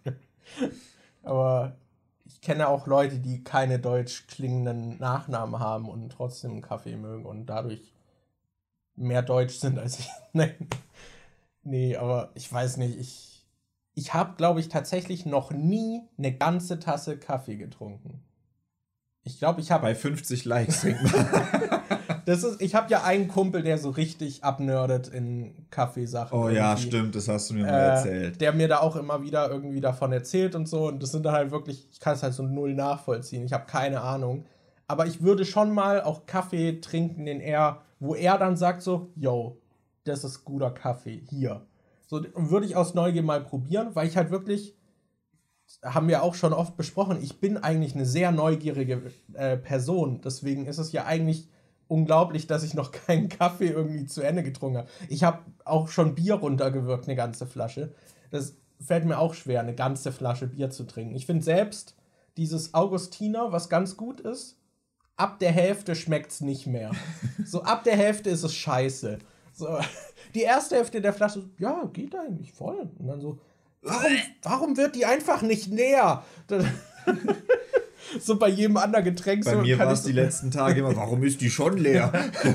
Aber ich kenne auch Leute, die keine deutsch klingenden Nachnamen haben und trotzdem Kaffee mögen und dadurch mehr deutsch sind als ich. Nein. Nee, aber ich weiß nicht. Ich, ich habe, glaube ich, tatsächlich noch nie eine ganze Tasse Kaffee getrunken. Ich glaube, ich habe... Bei fünfzig Likes trinkt man. Das ist, ich habe ja einen Kumpel, der so richtig abnerdet in Kaffeesachen. Oh ja, irgendwie. stimmt, das hast du mir mal Äh, erzählt. der mir da auch immer wieder irgendwie davon erzählt und so. Und das sind dann halt wirklich, ich kann es halt so null nachvollziehen. Ich habe keine Ahnung. Aber ich würde schon mal auch Kaffee trinken, den er, wo er dann sagt so, yo, das ist guter Kaffee, hier. So, und würde ich aus Neugier mal probieren, weil ich halt wirklich, haben wir auch schon oft besprochen, ich bin eigentlich eine sehr neugierige äh, Person. Deswegen ist es ja eigentlich unglaublich, dass ich noch keinen Kaffee irgendwie zu Ende getrunken habe. Ich habe auch schon Bier runtergewirkt, eine ganze Flasche. Das fällt mir auch schwer, eine ganze Flasche Bier zu trinken. Ich finde selbst dieses Augustiner, was ganz gut ist, ab der Hälfte schmeckt es nicht mehr. So ab der Hälfte ist es scheiße. So, die erste Hälfte der Flasche, ja, geht eigentlich voll. Und dann so, warum, warum wird die einfach nicht leer? So bei jedem anderen Getränk. Bei so mir kann war es ich- die letzten Tage immer, warum ist die schon leer?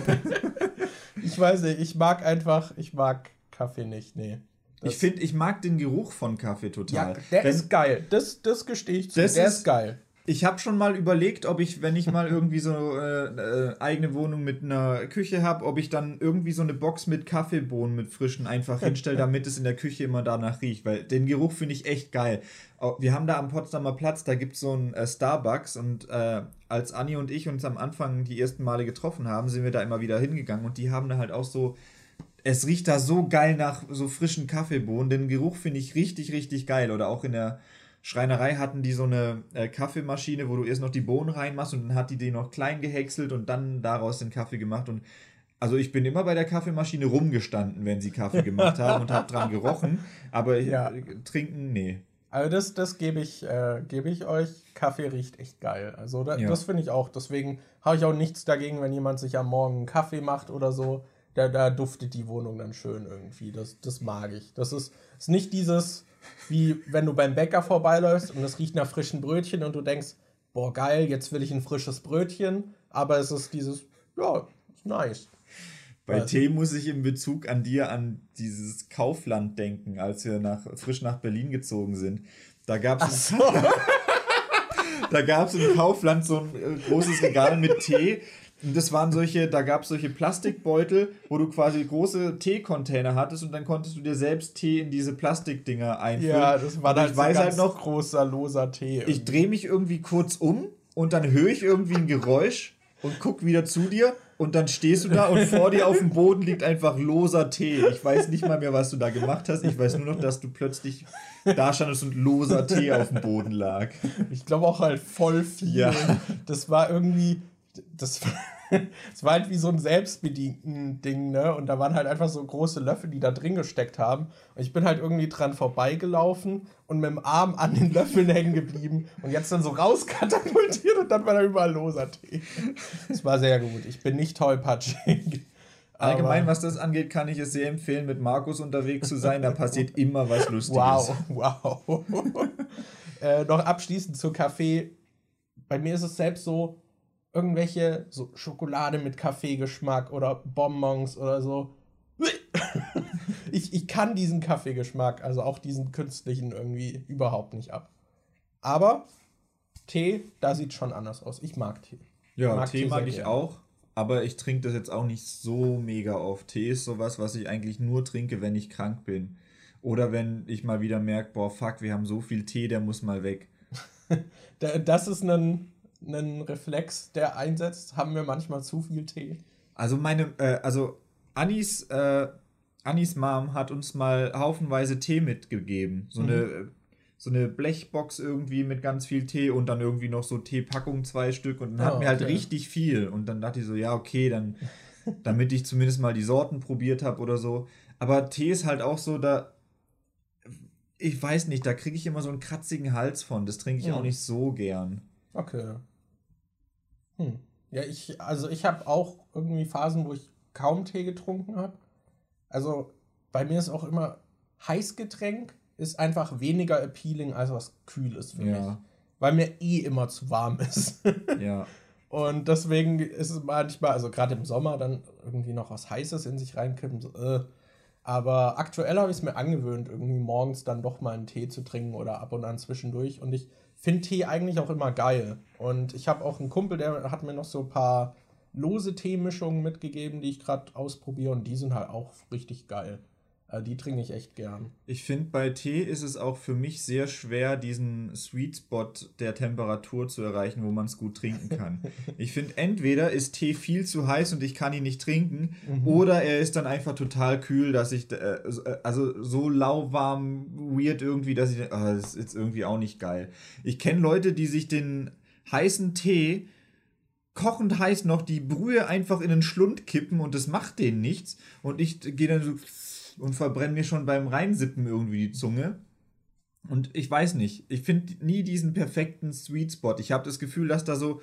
Ich weiß nicht, ich mag einfach, ich mag Kaffee nicht, nee. Das- Ich finde, ich mag den Geruch von Kaffee total. ja, der Wenn, ist geil. Das, das gestehe ich zu. Das Der ist- ist geil. Ich habe schon mal überlegt, ob ich, wenn ich mal irgendwie so äh, äh, eigene Wohnung mit einer Küche habe, ob ich dann irgendwie so eine Box mit Kaffeebohnen mit frischen einfach hinstelle, damit es in der Küche immer danach riecht. Weil den Geruch finde ich echt geil. Au- Wir haben da am Potsdamer Platz, da gibt es so einen äh, Starbucks und äh, als Anni und ich uns am Anfang die ersten Male getroffen haben, sind wir da immer wieder hingegangen und die haben da halt auch so, es riecht da so geil nach so frischen Kaffeebohnen. Den Geruch finde ich richtig, richtig geil. Oder auch in der Schreinerei hatten die so eine äh, Kaffeemaschine, wo du erst noch die Bohnen reinmachst und dann hat die den noch klein gehäckselt und dann daraus den Kaffee gemacht. Und also ich bin immer bei der Kaffeemaschine rumgestanden, wenn sie Kaffee gemacht haben und habe dran gerochen. Aber Ja. äh, trinken, nee. Also das, das gebe ich, äh, gebe ich euch. Kaffee riecht echt geil. Also da, Ja. das finde ich auch. Deswegen habe ich auch nichts dagegen, wenn jemand sich am Morgen einen Kaffee macht oder so. Da, da duftet die Wohnung dann schön irgendwie. Das, das mag ich. Das ist, ist nicht dieses, wie wenn du beim Bäcker vorbeiläufst und es riecht nach frischen Brötchen und du denkst, boah geil, jetzt will ich ein frisches Brötchen. Aber es ist dieses, ja, ist nice. Bei Was? Tee muss ich in Bezug an dir an dieses Kaufland denken, als wir nach, frisch nach Berlin gezogen sind. Da gab Ach es so. da gab's im Kaufland so ein äh, großes Regal mit Tee. Und das waren solche, da gab es solche Plastikbeutel, wo du quasi große Teecontainer hattest und dann konntest du dir selbst Tee in diese Plastikdinger einfüllen. Ja, das war Und dann ich so weiß ganz halt noch, großer, loser Tee. ich drehe mich irgendwie kurz um und dann höre ich irgendwie ein Geräusch und guck wieder zu dir und dann stehst du da und vor dir auf dem Boden liegt einfach loser Tee. Ich weiß nicht mal mehr, was du da gemacht hast. Ich weiß nur noch, dass du plötzlich da standest und loser Tee auf dem Boden lag. Ich glaube auch halt voll viel. Ja. Das war irgendwie, das, Es war halt wie so ein selbstbedienten Ding, ne? Und da waren halt einfach so große Löffel, die da drin gesteckt haben. Und ich bin halt irgendwie dran vorbeigelaufen und mit dem Arm an den Löffeln hängen geblieben und jetzt dann so rauskatapultiert und dann war da überall loser Tee. Es war sehr gut. Ich bin nicht tollpatschig. Allgemein, was das angeht, kann ich es sehr empfehlen, mit Markus unterwegs zu sein. Da passiert immer was Lustiges. Wow, wow. äh, noch abschließend zu Kaffee. Bei mir ist es selbst so, irgendwelche so Schokolade mit Kaffeegeschmack oder Bonbons oder so. ich, ich kann diesen Kaffeegeschmack, also auch diesen künstlichen irgendwie überhaupt nicht ab. Aber Tee, da sieht schon anders aus. Ich mag Tee. Ja, ich mag Tee Tee mag sehr ich gerne. auch, aber ich trinke das jetzt auch nicht so mega oft. Tee ist sowas, was ich eigentlich nur trinke, wenn ich krank bin. Oder wenn ich mal wieder merke, boah, fuck, wir haben so viel Tee, der muss mal weg. Da- Das ist ein, ein Reflex, der einsetzt. Haben wir manchmal zu viel Tee? Also meine, äh, also Anis, äh, Anis Mom hat uns mal haufenweise Tee mitgegeben. So eine, äh, so eine Blechbox irgendwie mit ganz viel Tee und dann irgendwie noch so Teepackung, zwei Stück. Und dann Ah, hatten wir halt okay. richtig viel. Und dann dachte ich so, ja, okay, dann, damit ich zumindest mal die Sorten probiert habe oder so. Aber Tee ist halt auch so, da, ich weiß nicht, da kriege ich immer so einen kratzigen Hals von. Das trinke ich auch Mhm. nicht so gern. Okay. Hm. Ja, ich, also ich habe auch irgendwie Phasen, wo ich kaum Tee getrunken habe. Also bei mir ist auch immer Heißgetränk ist einfach weniger appealing als was Kühles für mich. Ja, Weil mir eh immer zu warm ist. ja. Und deswegen ist es manchmal, also gerade im Sommer, dann irgendwie noch was Heißes in sich reinkippen. So, äh. Aber aktuell habe ich es mir angewöhnt, irgendwie morgens dann doch mal einen Tee zu trinken oder ab und an zwischendurch. Und ich finde Tee eigentlich auch immer geil. Und ich habe auch einen Kumpel, der hat mir noch so ein paar lose Teemischungen mitgegeben, die ich gerade ausprobiere. Und die sind halt auch richtig geil. Äh, die trinke ich echt gern. Ich finde, bei Tee ist es auch für mich sehr schwer, diesen Sweet Spot der Temperatur zu erreichen, wo man es gut trinken kann. Ich finde, entweder ist Tee viel zu heiß und ich kann ihn nicht trinken, oder er ist dann einfach total kühl, dass ich, äh, also so lauwarm, weird irgendwie, dass ich, ah, das ist jetzt irgendwie auch nicht geil. Ich kenne Leute, die sich den heißen Tee kochend heiß noch die Brühe einfach in den Schlund kippen und das macht denen nichts. Und ich gehe dann so und verbrenne mir schon beim Reinsippen irgendwie die Zunge. Und ich weiß nicht, ich finde nie diesen perfekten Sweet Spot. Ich habe das Gefühl, dass da so,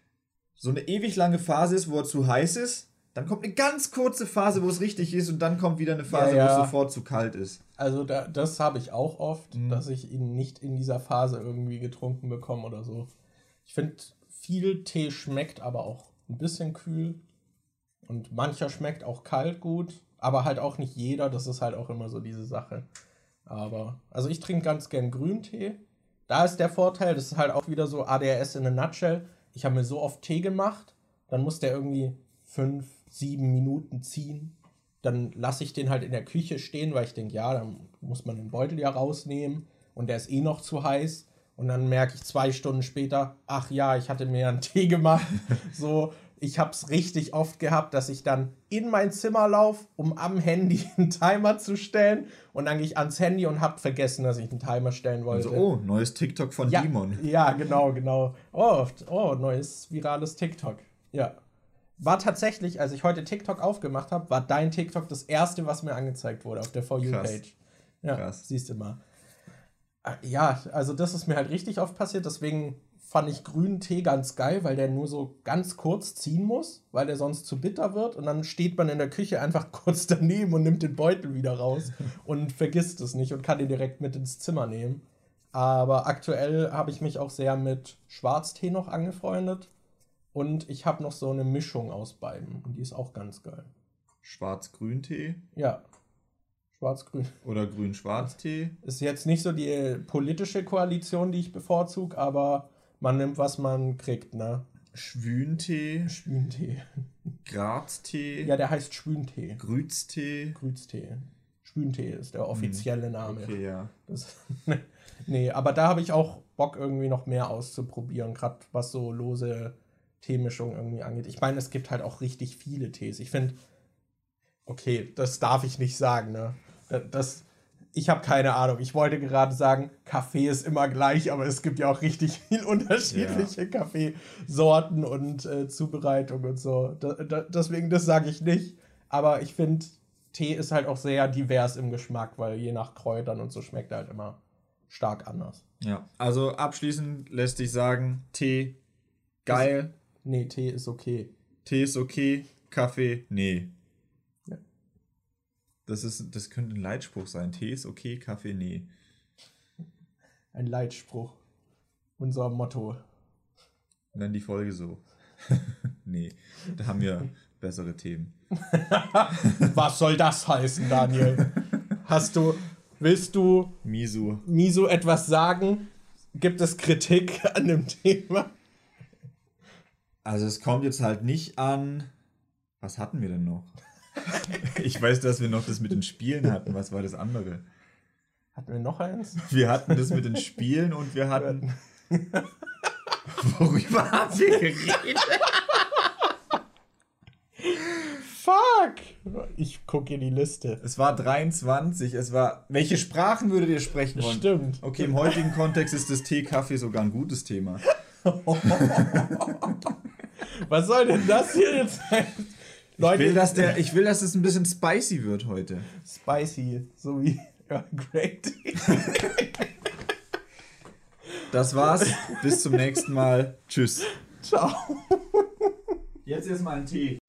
so eine ewig lange Phase ist, wo er zu heiß ist. Dann kommt eine ganz kurze Phase, wo es richtig ist und dann kommt wieder eine Phase, Ja, ja. wo es sofort zu kalt ist. Also da, das habe ich auch oft, Mhm. dass ich ihn nicht in dieser Phase irgendwie getrunken bekomme oder so. Ich finde, viel Tee schmeckt aber auch ein bisschen kühl. Und mancher schmeckt auch kalt gut, aber halt auch nicht jeder. Das ist halt auch immer so diese Sache. Aber, also ich trinke ganz gern Grüntee. Da ist der Vorteil, das ist halt auch wieder so A D H S in a nutshell. Ich habe mir so oft Tee gemacht, dann muss der irgendwie fünf, sieben Minuten ziehen. Dann lasse ich den halt in der Küche stehen, weil ich denke, ja, dann muss man den Beutel ja rausnehmen und der ist eh noch zu heiß. Und dann merke ich zwei Stunden später, ach ja, ich hatte mir einen Tee gemacht. So, ich habe es richtig oft gehabt, dass ich dann in mein Zimmer laufe, um am Handy einen Timer zu stellen. Und dann gehe ich ans Handy und habe vergessen, dass ich einen Timer stellen wollte. Also, oh, neues TikTok von ja, Dimon. ja, genau, genau. Oh, oh, neues virales TikTok. Ja. War tatsächlich, als ich heute TikTok aufgemacht habe, war dein TikTok das erste, was mir angezeigt wurde auf der For You-Page. Ja, Krass. siehst du mal. Ja, also das ist mir halt richtig oft passiert, deswegen fand ich grünen Tee ganz geil, weil der nur so ganz kurz ziehen muss, weil der sonst zu bitter wird und dann steht man in der Küche einfach kurz daneben und nimmt den Beutel wieder raus und vergisst es nicht und kann den direkt mit ins Zimmer nehmen. Aber aktuell habe ich mich auch sehr mit Schwarztee noch angefreundet und ich habe noch so eine Mischung aus beiden und die ist auch ganz geil. Schwarz-Grün-Tee Ja, schwarz-grün. oder Grün-Schwarz-Tee. Ist jetzt nicht so die politische Koalition, die ich bevorzuge, aber man nimmt, was man kriegt, ne? Schwüntee, Schwüntee. Graztee, Ja, der heißt Schwüntee. Grütztee. Grütztee. Schwüntee ist der offizielle Name. Okay, ja. Das, nee, aber da habe ich auch Bock, irgendwie noch mehr auszuprobieren, gerade was so lose Teemischung irgendwie angeht. Ich meine, es gibt halt auch richtig viele Tees. Ich finde, okay, das darf ich nicht sagen, ne? Das, ich habe keine Ahnung. Ich wollte gerade sagen, Kaffee ist immer gleich, aber es gibt ja auch richtig viel unterschiedliche ja. Kaffeesorten und äh, Zubereitung und so. Da, da, deswegen, das sage ich nicht. Aber ich finde, Tee ist halt auch sehr divers im Geschmack, weil je nach Kräutern und so schmeckt er halt immer stark anders. Ja, also abschließend lässt sich sagen, Tee, geil. Ist, nee, Tee ist okay. Tee ist okay, Kaffee, nee. Ja. Das ist, das könnte ein Leitspruch sein. Tee ist okay, Kaffee, nee. Ein Leitspruch. Unser Motto. Und dann die Folge so. Nee, da haben wir bessere Themen. Was soll das heißen, Daniel? Hast du, willst du Misu. Misu etwas sagen? Gibt es Kritik an dem Thema? Also es kommt jetzt halt nicht an... Was hatten wir denn noch? Ich weiß, dass wir noch das mit den Spielen hatten. Was war das andere? Hatten wir noch eins? Wir hatten das mit den Spielen und wir hatten... Worüber haben wir geredet? Fuck! Ich gucke in die Liste. Es war dreiundzwanzig, es war... Welche Sprachen würdet ihr sprechen wollen? Stimmt. Okay, im heutigen Kontext ist das Tee, Kaffee sogar ein gutes Thema. Was soll denn das hier jetzt sein? Leute, ich, will, dass der, ich will, dass es ein bisschen spicy wird heute. Spicy, so wie Earl Grey. Das war's. Bis zum nächsten Mal. Tschüss. Ciao. Jetzt erstmal ein Tee.